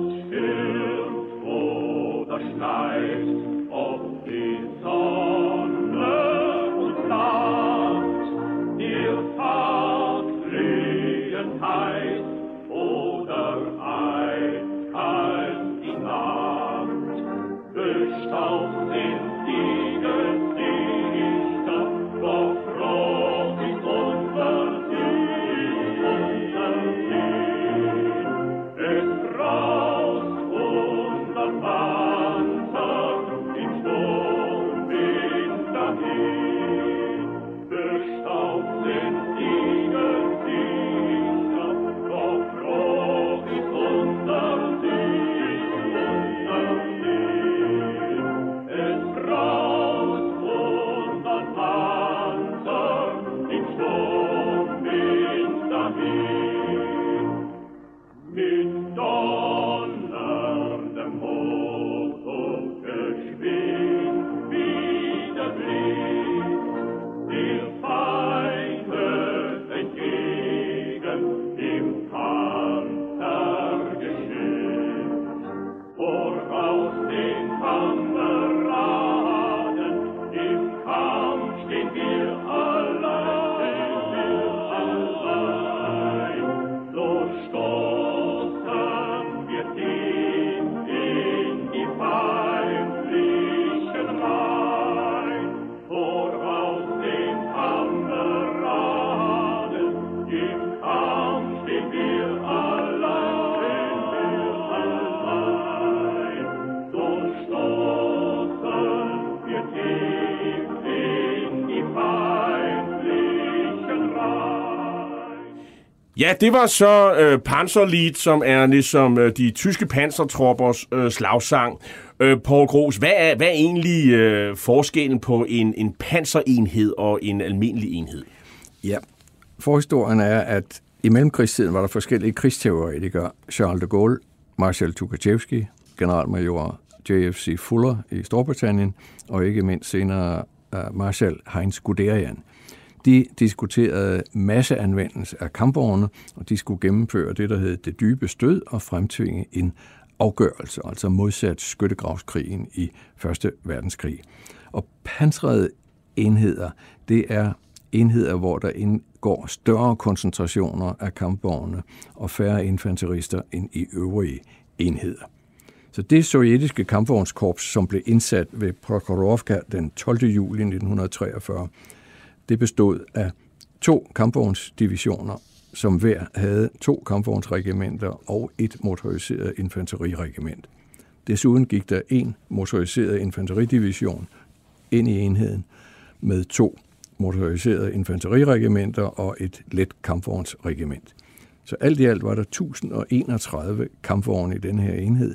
Ja, det var så Panzerlied, som er ligesom de tyske pansertroppers slagsang. Poul Gros, hvad er egentlig forskellen på en panserenhed og en almindelig enhed? Ja, forhistorien er, at i mellemkrigstiden var der forskellige krigsteoretikere. Charles de Gaulle, Marshal Tukhachevsky, generalmajor J.F.C. Fuller i Storbritannien, og ikke mindst senere Marshal Heinz Guderian. De diskuterede masseanvendelse af kampvogne, og de skulle gennemføre det, der hed det dybe stød og fremtvinge en afgørelse, altså modsat skyttegravskrigen i 1. verdenskrig. Og pansrede enheder, det er enheder, hvor der indgår større koncentrationer af kampvogne og færre infanterister end i øvrige enheder. Så det sovjetiske kampvognskorps, som blev indsat ved Prokhorovka den 12. juli 1943, det bestod af 2 kampvognsdivisioner, som hver havde 2 kampvognsregimenter og 1 motoriseret infanteriregiment. Desuden gik der 1 motoriseret infanteridivision ind i enheden med 2 motoriserede infanteriregimenter og et let kampvognsregiment. Så alt i alt var der 1031 kampvogne i denne her enhed,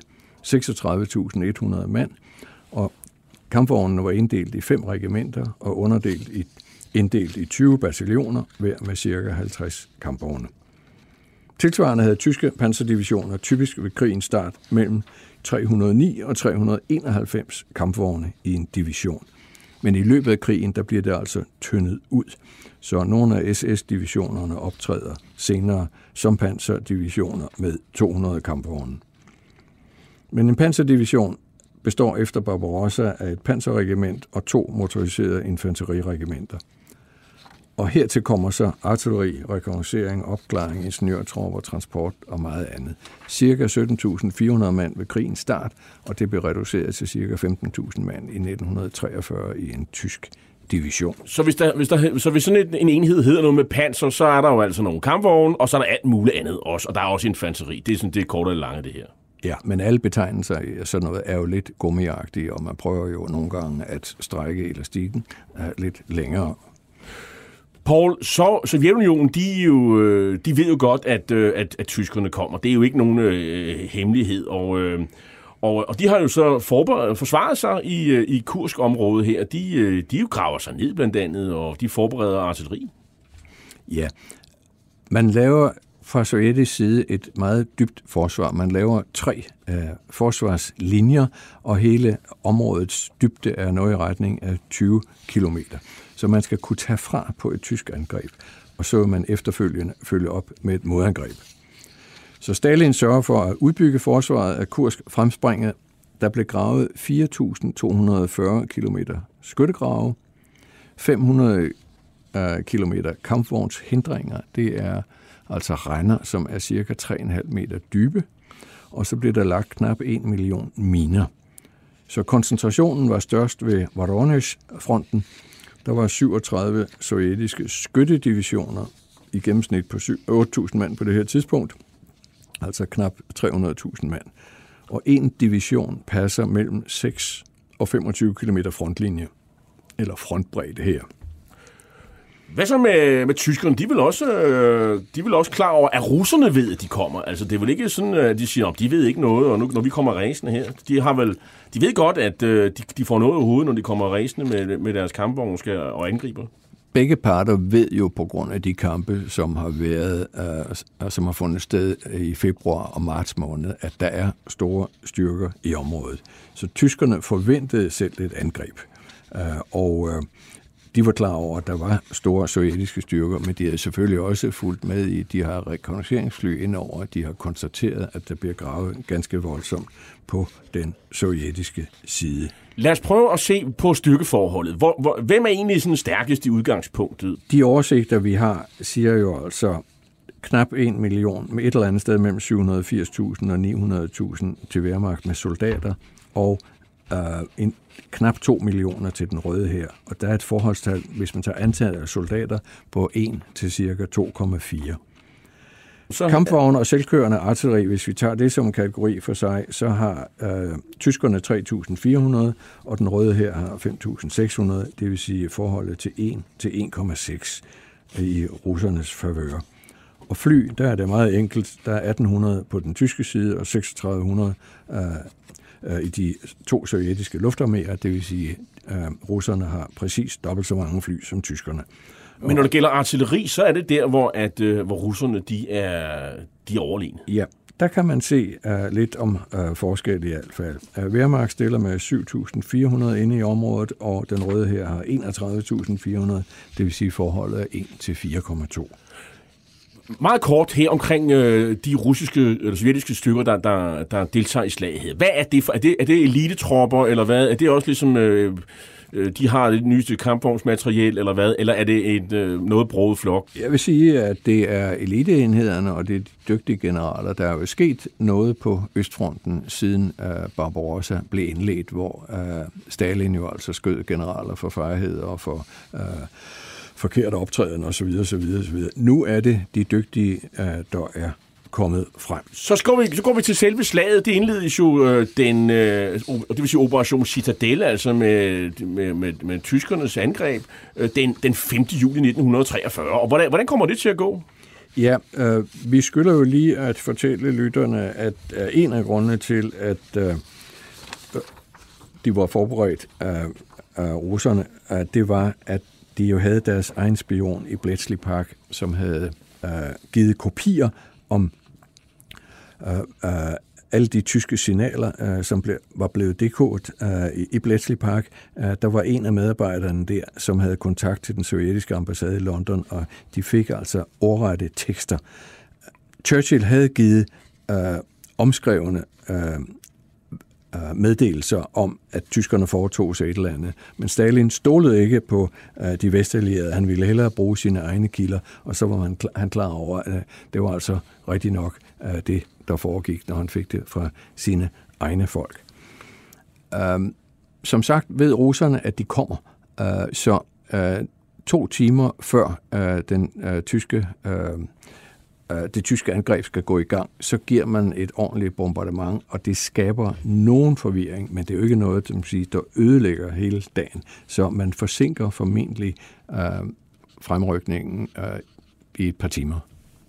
36.100 mand, og kampvognene var inddelt i 5 regimenter og inddelt i 20 bataljoner, hver med ca. 50 kampvogne. Tilsvarende havde tyske panserdivisioner typisk ved krigens start mellem 309 og 391 kampvogne i en division. Men i løbet af krigen, der bliver det altså tyndet ud. Så nogle af SS-divisionerne optræder senere som panserdivisioner med 200 kampvogne. Men en panserdivision består efter Barbarossa af et panserregiment og 2 motoriserede infanteriregimenter. Og hertil kommer så artilleri, rekognoscering, opklaring, ingeniørtropper, transport og meget andet. Cirka 17.400 mand ved krigens start, og det blev reduceret til cirka 15.000 mand i 1943 i en tysk division. Så hvis sådan en enhed hedder noget med panser, så er der jo altså nogle kampvogne, og så er der alt muligt andet også, og der er også infanteri. Det er sådan det korte og lange, det her. Ja, men alle betegnelser sådan noget er jo lidt gummiagtige, og man prøver jo nogle gange at strække elastikken lidt længere. Paul, så Sovjetunionen, de ved jo godt, at tyskerne kommer. Det er jo ikke nogen hemmelighed, og de har jo så forsvaret sig i Kursk-området her. De jo graver sig ned blandt andet, og de forbereder artilleri. Ja, man laver fra sovjetisk side et meget dybt forsvar. Man laver 3 forsvarslinjer, og hele områdets dybde er noget i retning af 20 kilometer. Så man skal kunne tage fra på et tysk angreb, og så vil man efterfølgende følge op med et modangreb. Så Stalin sørger for at udbygge forsvaret af Kursk fremspringet. Der blev gravet 4.240 kilometer skyttegrave, 500 kilometer kampvognshindringer. Det er altså render, som er cirka 3,5 meter dybe, og så blev der lagt knap 1 million miner. Så koncentrationen var størst ved Voronezh-fronten. Der var 37 sovjetiske skyttedivisioner i gennemsnit på 8.000 mand på det her tidspunkt, altså knap 300.000 mand. Og en division passer mellem 6 og 25 km frontlinje, eller frontbredde her. Hvad så med tyskerne? De er vel også klar over, at russerne ved, at de kommer. Altså, det er vel ikke sådan, at de siger, at de ved ikke noget, og nu, når vi kommer ræsende her. De ved godt, at de får noget i hovedet, når de kommer ræsende med deres kampvogne og angriber. Begge parter ved jo på grund af de kampe, som har været, som har fundet sted i februar og marts måned, at der er store styrker i området. Så tyskerne forventede selv et angreb. De var klar over, at der var store sovjetiske styrker, men de havde selvfølgelig også fulgt med i, de har rekognosceringsfly indover, de har konstateret, at der bliver gravet ganske voldsomt på den sovjetiske side. Lad os prøve at se på styrkeforholdet. Hvem er egentlig sådan stærkest i udgangspunktet? De oversigter, vi har, siger jo altså knap 1 million, med et eller andet sted mellem 780.000 og 900.000 til Wehrmacht med soldater, og knap 2 millioner til den røde hær. Og der er et forholdstal, hvis man tager antallet af soldater, på 1 til cirka 2,4. Kampvogne og selvkørende artilleri, hvis vi tager det som en kategori for sig, så har tyskerne 3.400, og den røde hær har 5.600, det vil sige forholdet til 1 til 1,6 i russernes favør. Og fly, der er det meget enkelt. Der er 1.800 på den tyske side, og 3.600 i de 2 sovjetiske luftarméer, det vil sige, russerne har præcis dobbelt så mange fly som tyskerne. Men når det gælder artilleri, så er det der, hvor russerne de er overlegne. Ja, der kan man se lidt om forskel i hvert fald. Wehrmacht stiller med 7.400 inde i området, og den røde her har 31.400, det vil sige forholdet er 1 til 4,2. Meget kort her omkring de russiske eller sovjetiske styrker, der deltager i slaget her. Hvad er det for? Er det elitetropper, eller hvad? Er det også ligesom, de har det nyeste kampvognsmateriel, eller hvad? Eller er det noget broget flok? Jeg vil sige, at det er eliteenhederne, og det er de dygtige generaler. Der er jo sket noget på Østfronten, siden Barbarossa blev indledt, hvor Stalin jo altså skød generaler for fejhed og for forkert optræden osv. Nu er det de dygtige, der er kommet frem. Så går vi til selve slaget. Det indledes jo det vil sige Operation Citadelle, altså med tyskernes angreb, den 5. juli 1943. Og hvordan kommer det til at gå? Ja, vi skylder jo lige at fortælle lytterne, at en af grundene til, at de var forberedt af russerne, det var, at de jo havde deres egen spion i Bletchley Park, som havde givet kopier om alle de tyske signaler, som var blevet dekodet i Bletchley Park. Der var en af medarbejderne der, som havde kontakt til den sovjetiske ambassade i London, og de fik altså ordrette tekster. Churchill havde givet omskrevne meddelelser om, at tyskerne foretog sig et eller andet. Men Stalin stolede ikke på de vestallierede. Han ville hellere bruge sine egne kilder, og så var han klar over, at det var altså rigtig nok det, der foregik, når han fik det fra sine egne folk. Som sagt ved russerne, at de kommer, så 2 timer før det tyske angreb skal gå i gang, så giver man et ordentligt bombardement, og det skaber nogen forvirring, men det er jo ikke noget, der ødelægger hele dagen. Så man forsinker formentlig fremrykningen i et par timer.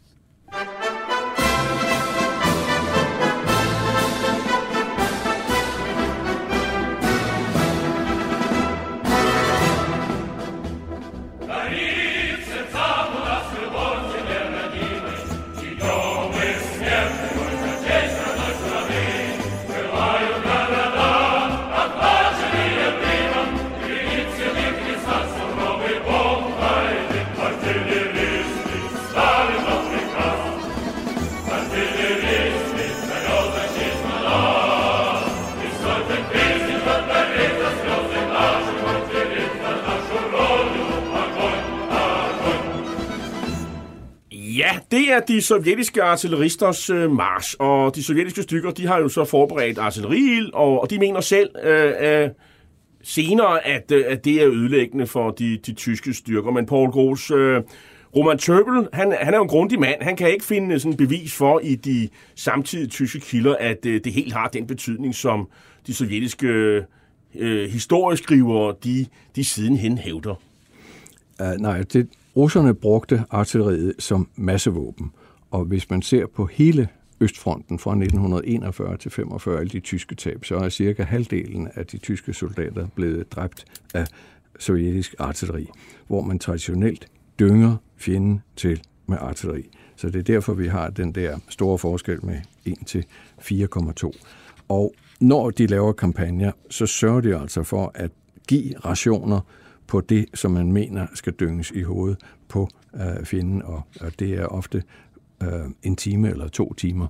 Det er de sovjetiske artilleristers march, og de sovjetiske stykker, de har jo så forberedt artilleriild, og de mener selv senere, at det er ødelæggende for de tyske styrker. Men Paul Gross, Roman Tøbel, han er jo en grundig mand. Han kan ikke finde sådan bevis for i de samtidige tyske kilder, at det helt har den betydning, som de sovjetiske historieskrivere, de sidenhen hævder. Nej, russerne brugte artilleriet som massevåben, og hvis man ser på hele Østfronten fra 1941 til 45, alle de tyske tab, så er cirka halvdelen af de tyske soldater blevet dræbt af sovjetisk artilleri, hvor man traditionelt dynger fjenden til med artilleri. Så det er derfor, vi har den der store forskel med 1 til 4,2. Og når de laver kampagner, så sørger de altså for at give rationer på det, som man mener skal dynges i hovedet på fjenden, og det er ofte 1 time eller 2 timer.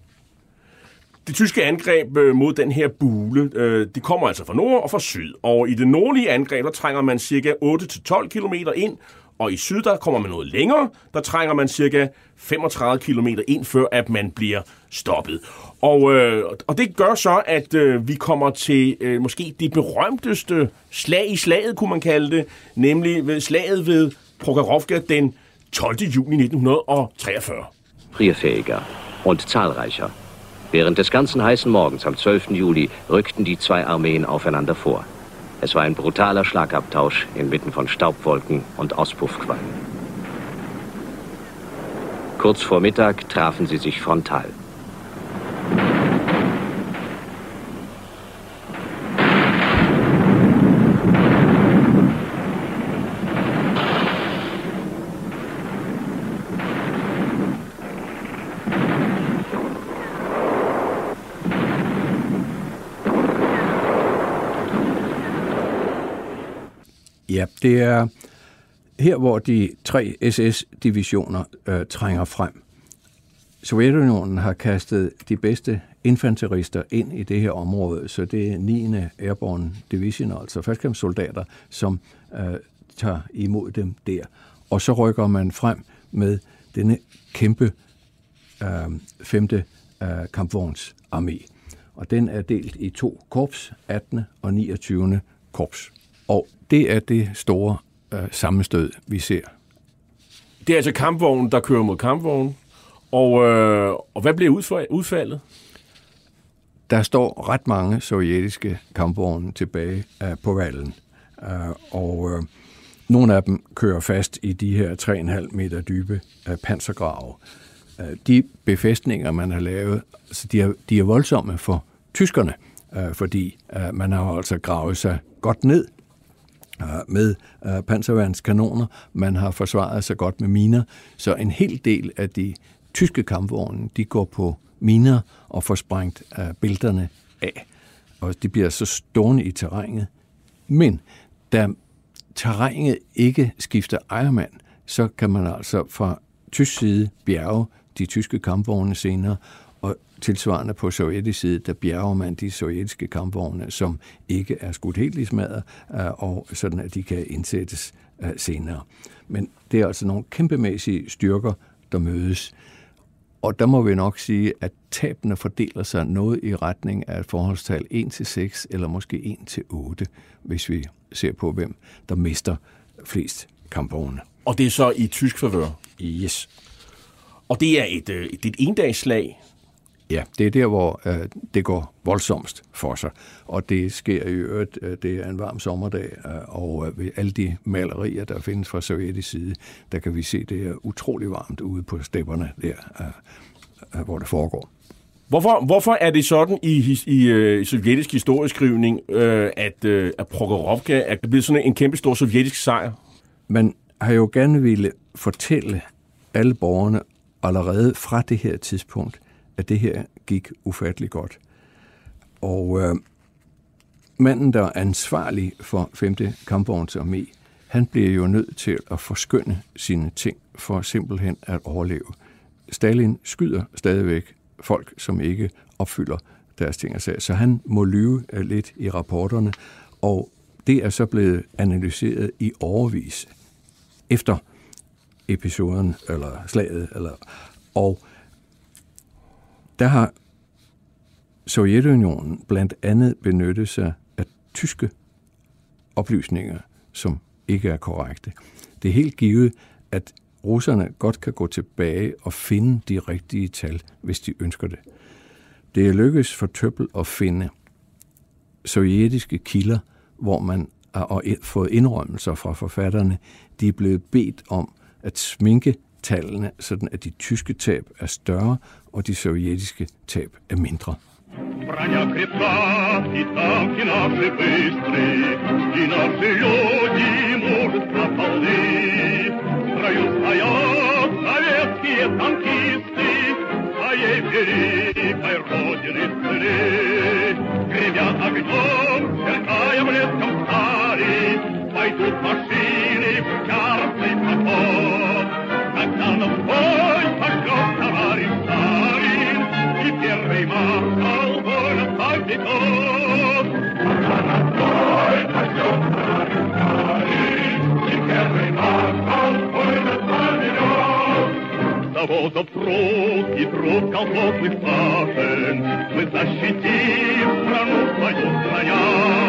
Det tyske angreb mod den her bule, det kommer altså fra nord og fra syd, og i det nordlige angreb, der trænger man ca. 8-12 km ind, og i syd, der kommer man noget længere, der trænger man ca. 35 km ind, før at man bliver stoppet. Og det gør så, at vi kommer til måske det berømteste slag i slaget, kunne man kalde det, nemlig ved slaget ved Prokhorovka den 12. juni 1943. Trierfähiger und zahlreicher. Während des ganzen heißen Morgens am 12. Juli rückten die 2 Armeen aufeinander vor. Es war ein brutaler Schlagabtausch inmitten von Staubwolken und Auspuffqualm. Kurz vor Mittag trafen sie sich frontal. Ja, det er her, hvor de 3 SS-divisioner trænger frem. Sovjetunionen har kastet de bedste infanterister ind i det her område, så det er 9. Airborne Division, altså faldskærmssoldater, som tager imod dem der. Og så rykker man frem med denne kæmpe 5. kampvognsarmé. Og den er delt i 2 korps, 18. og 29. korps. Og det er det store sammenstød, vi ser. Det er altså kampvognen, der kører mod kampvognen. Og hvad bliver udfaldet? Der står ret mange sovjetiske kampvogne tilbage på vallen. Og nogle af dem kører fast i de her 3,5 meter dybe pansergrave. De befæstninger, man har lavet, altså de er voldsomme for tyskerne, fordi man har altså gravet sig godt ned med panserværnskanoner. Man har forsvaret sig godt med miner, så en hel del af de tyske kampvogne, de går på miner og får sprængt bælterne af. Og de bliver så stående i terrænet. Men da terrænet ikke skifter ejermand, så kan man altså fra tysk side bjerge de tyske kampvogne senere, og tilsvarende på sovjetisk side, der bjerger man de sovjetiske kampvogne, som ikke er skudt helt i smadret, og sådan at de kan indsættes senere. Men det er altså nogle kæmpemæssige styrker, der mødes. Og der må vi nok sige, at tabene fordeler sig noget i retning af et forholdstal 1-6 eller måske 1-8, hvis vi ser på, hvem der mister flest kampvogne. Og det er så i tysk favør? Yes. Og det er et endagsslag? Ja, det er der, hvor det går voldsomst for sig. Og det sker i øvrigt, det er en varm sommerdag, og ved alle de malerier, der findes fra sovjetisk side, der kan vi se, det er utrolig varmt ude på stepperne der, hvor det foregår. Hvorfor er det sådan i sovjetisk historieskrivning, at Prokhorovka er blevet sådan en kæmpe stor sovjetisk sejr? Man har jo gerne ville fortælle alle borgerne allerede fra det her tidspunkt, at det her gik ufatteligt godt. Og manden, der er ansvarlig for 5. kampvognsarmé, han bliver jo nødt til at forskønne sine ting for simpelthen at overleve. Stalin skyder stadigvæk folk, som ikke opfylder deres ting og sager, så han må lyve lidt i rapporterne, og det er så blevet analyseret i årevis efter episoden, eller slaget, og der har Sovjetunionen blandt andet benyttet sig af tyske oplysninger, som ikke er korrekte. Det er helt givet, at russerne godt kan gå tilbage og finde de rigtige tal, hvis de ønsker det. Det er lykkedes for Tøppel at finde sovjetiske kilder, hvor man har fået indrømmelser fra forfatterne. De er blevet bedt om at sminke tallene, sådan at de tyske tab er større, og de sovjetiske tab er mindre. Броня крепка, и танки наши быстрые, и наши люди мужества полны. В строю стоят советские танкисты, своей великой родины сыны. Гремят огнем, сверкая блеском стали, пойдут машины в яростный поход. Когда на бой пошлет товарищ Сталин, и первый маршал воля пойдет. Когда на бой пошлет товарищ Сталин, и первый маршал воля пойдет. Завозов труд и труд колхозных сажен, мы защитим страну свою страня.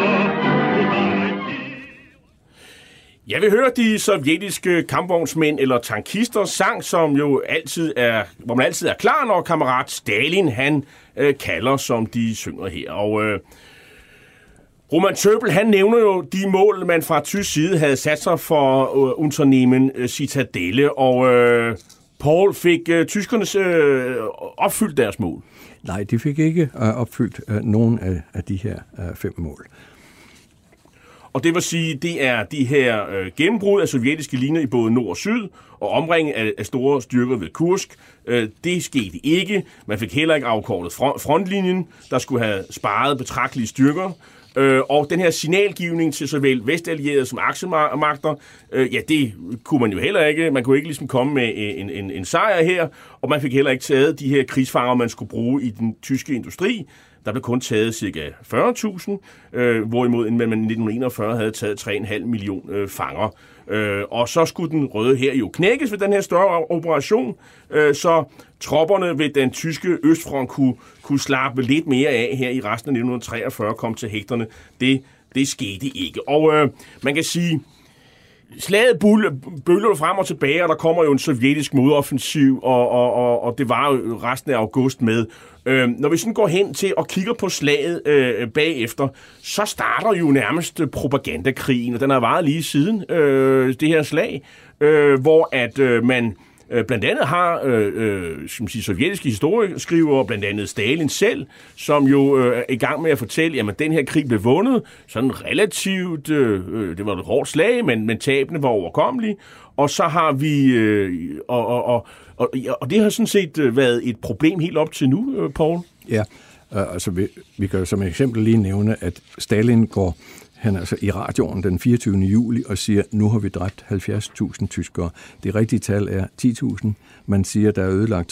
Jeg vil høre de sovjetiske kampvognsmænd eller tankister sang, som jo altid er, hvor man altid er klar, når kammerat Stalin han kalder, som de synger her. Og Roman Tøppel, han nævner jo de mål, man fra tysk side havde sat sig for Unternehmen Citadelle, og Paul, fik tyskerne opfyldt deres mål? Nej, de fik ikke opfyldt nogen af de her 5 mål. Og det vil sige, det er de her gennembrud af sovjetiske linjer i både nord og syd, og omringet af store styrker ved Kursk. Det skete ikke. Man fik heller ikke afkortet frontlinjen, der skulle have sparet betragtelige styrker. Og den her signalgivning til såvel vestallierede som aksemagter, ja, det kunne man jo heller ikke. Man kunne ikke ligesom komme med en sejr her, og man fik heller ikke taget de her krigsfanger, man skulle bruge i den tyske industri. Der blev kun taget ca. 40.000, hvorimod man i 1941 havde taget 3,5 millioner fanger. Og så skulle den røde hær jo knækkes ved den her større operation, så tropperne ved den tyske østfront kunne slappe lidt mere af her i resten af 1943, kom til hægterne. Det skete ikke. Og man kan sige, slaget bølger frem og tilbage, og der kommer jo en sovjetisk modoffensiv, og det var jo resten af august med. Når vi sådan går hen til og kigger på slaget bagefter, så starter jo nærmest propagandakrigen, og den har varet lige siden det her slag, hvor at man Blandt andet har sovjetiske historieskrivere, blandt andet Stalin selv, som jo er i gang med at fortælle, at den her krig blev vundet sådan relativt, det var et hårdt slag, men tabene var overkommelige. Og så har vi, og det har sådan set været et problem helt op til nu, Poul. Ja, altså vi kan som eksempel lige nævne, at Stalin går i radioen den 24. juli og siger, nu har vi dræbt 70.000 tyskere. Det rigtige tal er 10.000. Man siger, der er ødelagt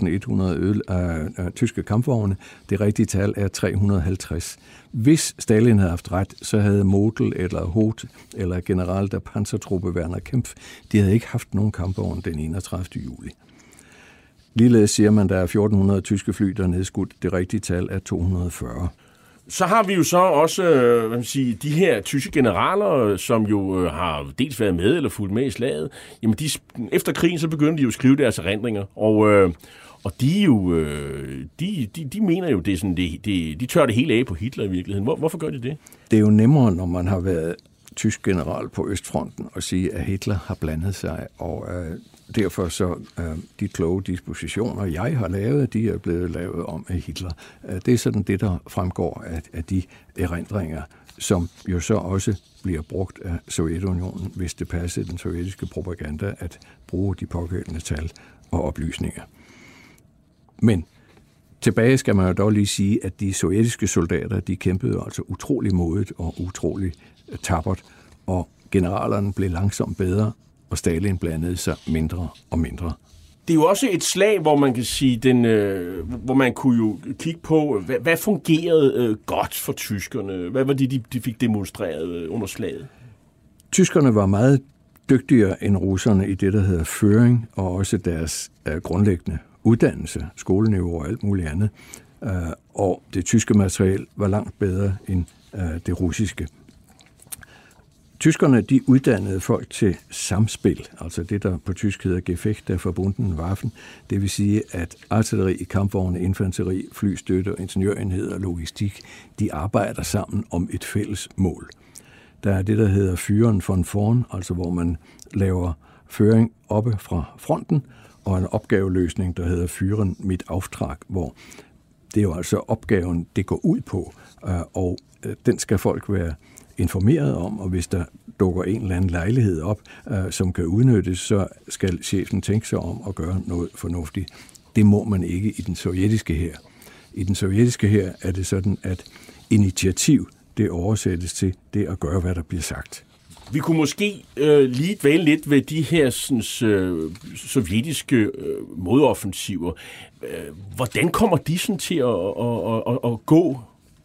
3.100 tyske kampvogne. Det rigtige tal er 350. Hvis Stalin havde haft ret, så havde Model eller Hoth eller general der Panzertruppe Werner Kempf, de havde ikke haft nogen kampvogne den 31. juli. Ligeledes siger man, der er 1.400 tyske fly, der er nedskudt. Det rigtige tal er 240. Så har vi jo så også de her tyske generaler, som jo har dels været med eller fulgt med i slaget. Jamen efter krigen så begyndte de jo at skrive deres erindringer, og de jo de mener jo det er sådan de tør det hele af på Hitler i virkeligheden. Hvorfor gør de det? Det er jo nemmere, når man har været tysk general på Østfronten at sige, at Hitler har blandet sig, og derfor så de kloge dispositioner, jeg har lavet, de er blevet lavet om af Hitler. Det er sådan det, der fremgår af de erindringer, som jo så også bliver brugt af Sovjetunionen, hvis det passer den sovjetiske propaganda at bruge de pågældende tal og oplysninger. Men tilbage skal man jo dog lige sige, at de sovjetiske soldater, de kæmpede altså utrolig modigt og utrolig tappert, og generalerne blev langsomt bedre, og Stalin blandede sig mindre og mindre. Det er jo også et slag, hvor man kan sige, hvor man kunne jo kigge på, hvad fungerede godt for tyskerne? Hvad var det, de fik demonstreret under slaget? Tyskerne var meget dygtigere end russerne i det, der hedder føring, og også deres grundlæggende uddannelse, skoleniveau og alt muligt andet. Og det tyske materiel var langt bedre end det russiske. Tyskerne, de uddannede folk til samspil, altså det, der på tysk hedder Gefecht der Verbundenen Waffen. Det vil sige, at artilleri, kampvogne, infanteri, flystøtte, ingeniørenheder og logistik, de arbejder sammen om et fælles mål. Der er det, der hedder Führen von vorn, altså hvor man laver føring oppe fra fronten, og en opgaveløsning, der hedder Führen mit Auftrag, hvor det er jo altså opgaven, det går ud på, og den skal folk være informeret om, og hvis der dukker en eller anden lejlighed op, som kan udnyttes, så skal chefen tænke sig om at gøre noget fornuftigt. Det må man ikke i den sovjetiske hær. I den sovjetiske hær er det sådan, at initiativ, det oversættes til det at gøre, hvad der bliver sagt. Vi kunne måske lige dvæle lidt ved de her sovjetiske modoffensiver. Hvordan kommer de sådan til at gå?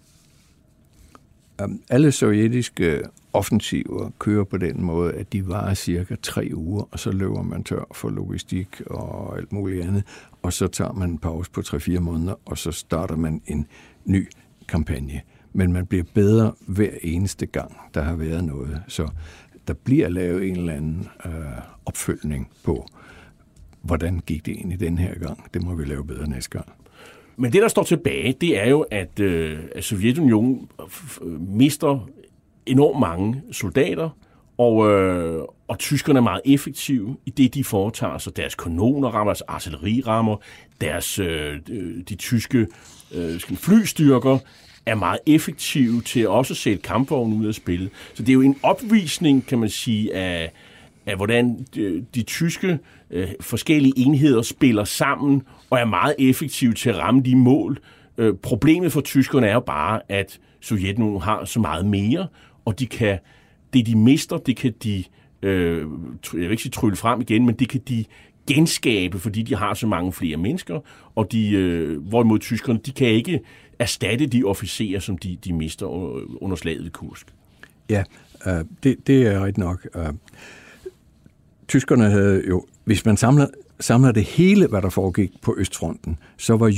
Alle sovjetiske offensiver kører på den måde, at de varer cirka 3 uger, og så løber man tør for logistik og alt muligt andet, og så tager man en pause på 3-4 måneder, og så starter man en ny kampagne. Men man bliver bedre hver eneste gang, der har været noget. Så der bliver lavet en eller anden opfølgning på, hvordan gik det egentlig den her gang. Det må vi lave bedre næste gang. Men det, der står tilbage, det er jo, at Sovjetunionen mister enormt mange soldater, og tyskerne er meget effektive i det, de foretager sig. Deres kanoner rammer, deres artilleri rammer, de tyske flystyrker er meget effektive til også at sætte kampvogne ud af spillet. Så det er jo en opvisning, kan man sige, af hvordan de tyske forskellige enheder spiller sammen og er meget effektive til at ramme de mål. Problemet for tyskerne er jo bare, at Sovjetunionen har så meget mere, og det de mister, det kan de, jeg vil ikke sige trylle frem igen, men det kan de genskabe, fordi de har så mange flere mennesker, og hvorimod tyskerne, de kan ikke erstatte de officerer, som de mister under slaget ved Kursk. Ja, det er rigtigt nok. Tyskerne havde jo, hvis man samler det hele, hvad der foregik på Østfronten, så var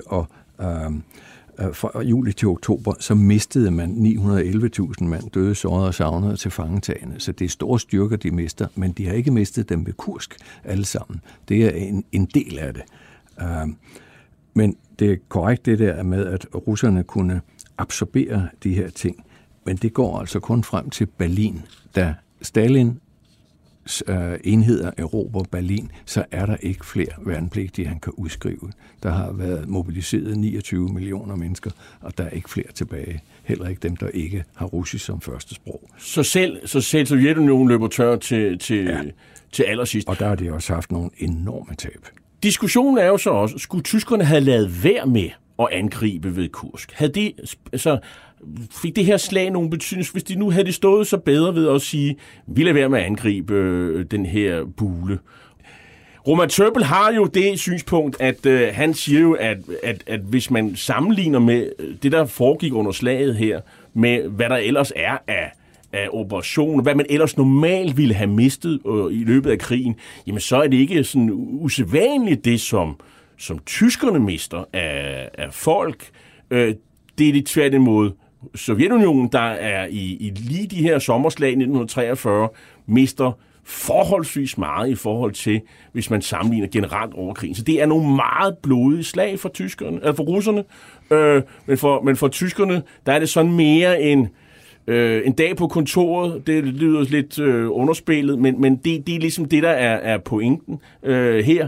fra juli til oktober, så mistede man 911.000 mand, døde, sårede og savnede til fangetagende. Så det er store styrker, de mister, men de har ikke mistet dem ved Kursk alle sammen. Det er en del af det. Men det er korrekt det der med, at russerne kunne absorbere de her ting. Men det går altså kun frem til Berlin, da Stalin enheder erobrer Berlin, så er der ikke flere værnepligtige, han kan udskrive. Der har været mobiliseret 29 millioner mennesker, og der er ikke flere tilbage. Heller ikke dem, der ikke har russisk som første sprog. Så selv Sovjetunionen løber tør til allersidst. Og der har de også haft nogle enorme tab. Diskussionen er jo så også, skulle tyskerne have lavet være med at angribe ved Kursk? Fik det her slag nogen betydning? Hvis de nu havde stået så bedre ved at sige, vi lader være med at angribe den her bule. Roman Tøppel har jo det synspunkt, at han siger jo, at hvis man sammenligner med det, der foregik under slaget her, med hvad der ellers er af operationer, hvad man ellers normalt ville have mistet i løbet af krigen, jamen så er det ikke sådan usædvanligt det, som tyskerne mister af folk. Det er det tværtimod Sovjetunionen, der er i lige de her sommerslag i 1943, mister forholdsvis meget i forhold til, hvis man sammenligner generelt over krigen. Så det er nogle meget blodige slag for russerne, men for tyskerne, der er det sådan mere en dag på kontoret. Det lyder lidt underspillet, men det er ligesom det, der er pointen her.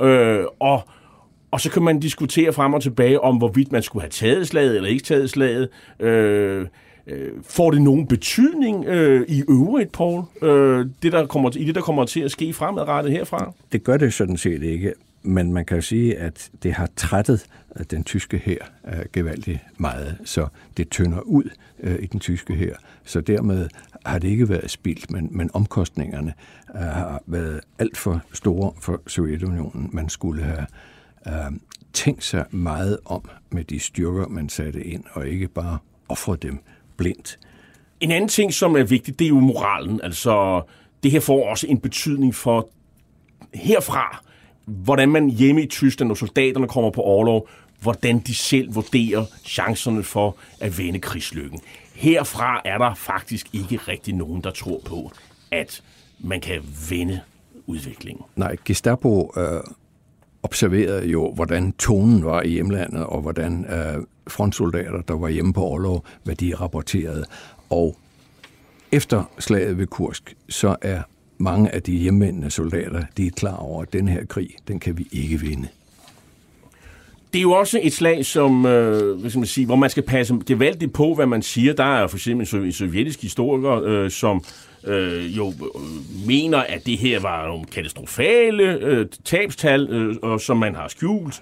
Og så kan man diskutere frem og tilbage om, hvorvidt man skulle have taget slaget eller ikke taget slaget. Får det nogen betydning i øvrigt, Poul? Det, der kommer til at ske fremadrettet herfra? Det gør det sådan set ikke, men man kan sige, at det har trættet den tyske hær gevaldigt meget, så det tynder ud i den tyske hær. Så dermed har det ikke været spildt, men omkostningerne har været alt for store for Sovjetunionen. Man skulle have tænkt sig meget om med de styrker, man satte ind, og ikke bare ofre dem blindt. En anden ting, som er vigtig, det er jo moralen. Altså, det her får også en betydning for herfra, hvordan man hjemme i Tyskland, når soldaterne kommer på orlov, hvordan de selv vurderer chancerne for at vende krigslykken. Herfra er der faktisk ikke rigtig nogen, der tror på, at man kan vende udviklingen. Nej, Gestapo observerede jo, hvordan tonen var i hjemlandet, og hvordan frontsoldater, der var hjemme på orlov, hvad de rapporterede. Og efter slaget ved Kursk, så er mange af de hjemvendende soldater, de er klar over, at den her krig, den kan vi ikke vinde. Det er jo også et slag, som, hvor man skal passe gevaldigt på, hvad man siger. Der er for eksempel en sovjetisk historiker, som mener, at det her var nogle katastrofale tabstal, som man har skjult.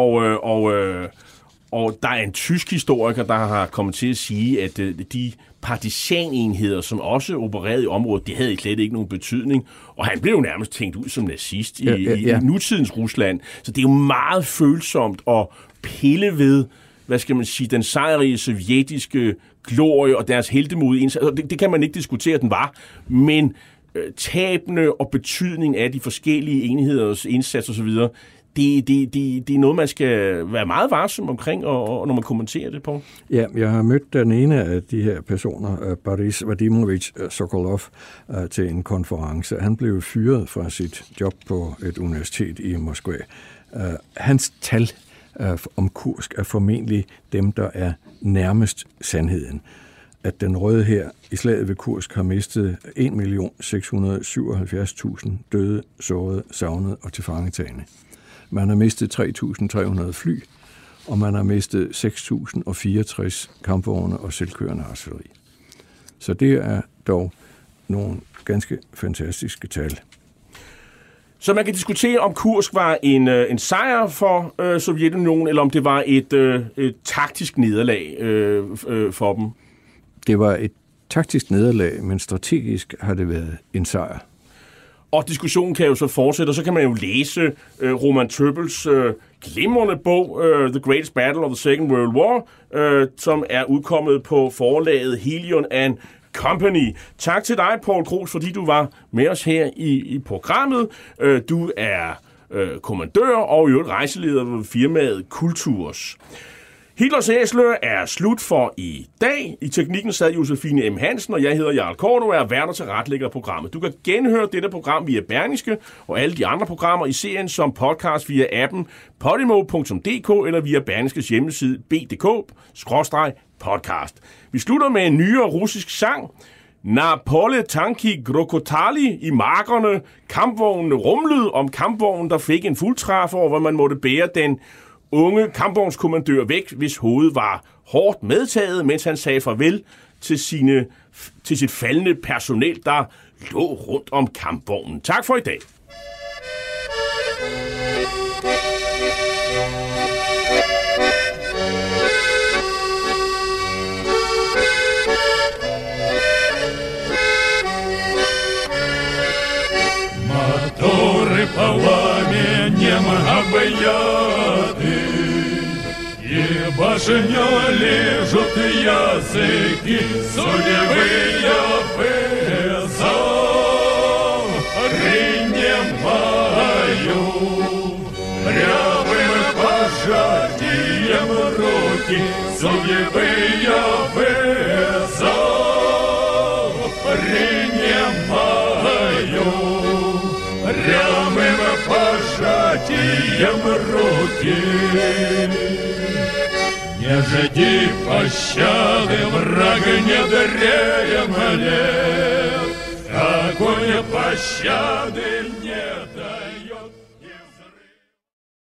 Og der er en tysk historiker, der har kommet til at sige, at de partisanenheder, som også opererede i området, det havde slet ikke nogen betydning. Og han blev jo nærmest tænkt ud som nazist i nutidens Rusland. Så det er jo meget følsomt at pille ved, den sejrige sovjetiske glorie og deres heltemodige. Det kan man ikke diskutere, at den var, men tabene og betydning af de forskellige enheders indsats osv., det er noget, man skal være meget varsom omkring, og når man kommenterer det på. Ja, jeg har mødt den ene af de her personer, Boris Vadimovich Sokolov, til en konference. Han blev fyret fra sit job på et universitet i Moskva. Hans tal om Kursk er formentlig dem, der er nærmest sandheden. At den røde her i slaget ved Kursk har mistet 1.677.000 døde, sårede, savnede og tilfangetagne. Man har mistet 3.300 fly, og man har mistet 6.064 kampvogne og selvkørende artilleri. Så det er dog nogle ganske fantastiske tal. Så man kan diskutere, om Kursk var en sejr for Sovjetunionen, eller om det var et taktisk nederlag for dem. Det var et taktisk nederlag, men strategisk har det været en sejr. Og diskussionen kan jo så fortsætte, og så kan man jo læse Roman Tøppels glimrende bog, The Greatest Battle of the Second World War, som er udkommet på forlaget Helion and Company. Tak til dig, Poul Krogs, fordi du var med os her i programmet. Du er kommandør og i øvrigt rejseleder ved firmaet Kulturs. Hitlers Æsler er slut for i dag. I teknikken sad Josefine M. Hansen, og jeg hedder Jarl Korto og er vært og tilrettelægger programmet. Du kan genhøre dette program via Berlingske og alle de andre programmer i serien som podcast via appen podimo.dk eller via Berlingskes hjemmeside bdk/podcast. Vi slutter med en nyere russisk sang. Napole tanki grokotali i markerne. Kampvognene rumlede om kampvognen, der fik en fuldtræf over, hvor man måtte bære den unge kampvognskommandør væk, hvis hovedet var hårdt medtaget, mens han sagde farvel til sit faldende personel, der lå rundt om kampvognen. Tak for i dag. Моторы пламенем объяты, и башнё лежат языки судьбы пesa. Принимаю прямым пожатием руки судьбы пesa. Принимаю прямым пожатием руки. Не жди пощады, враг не дремлет, какой пощады нет.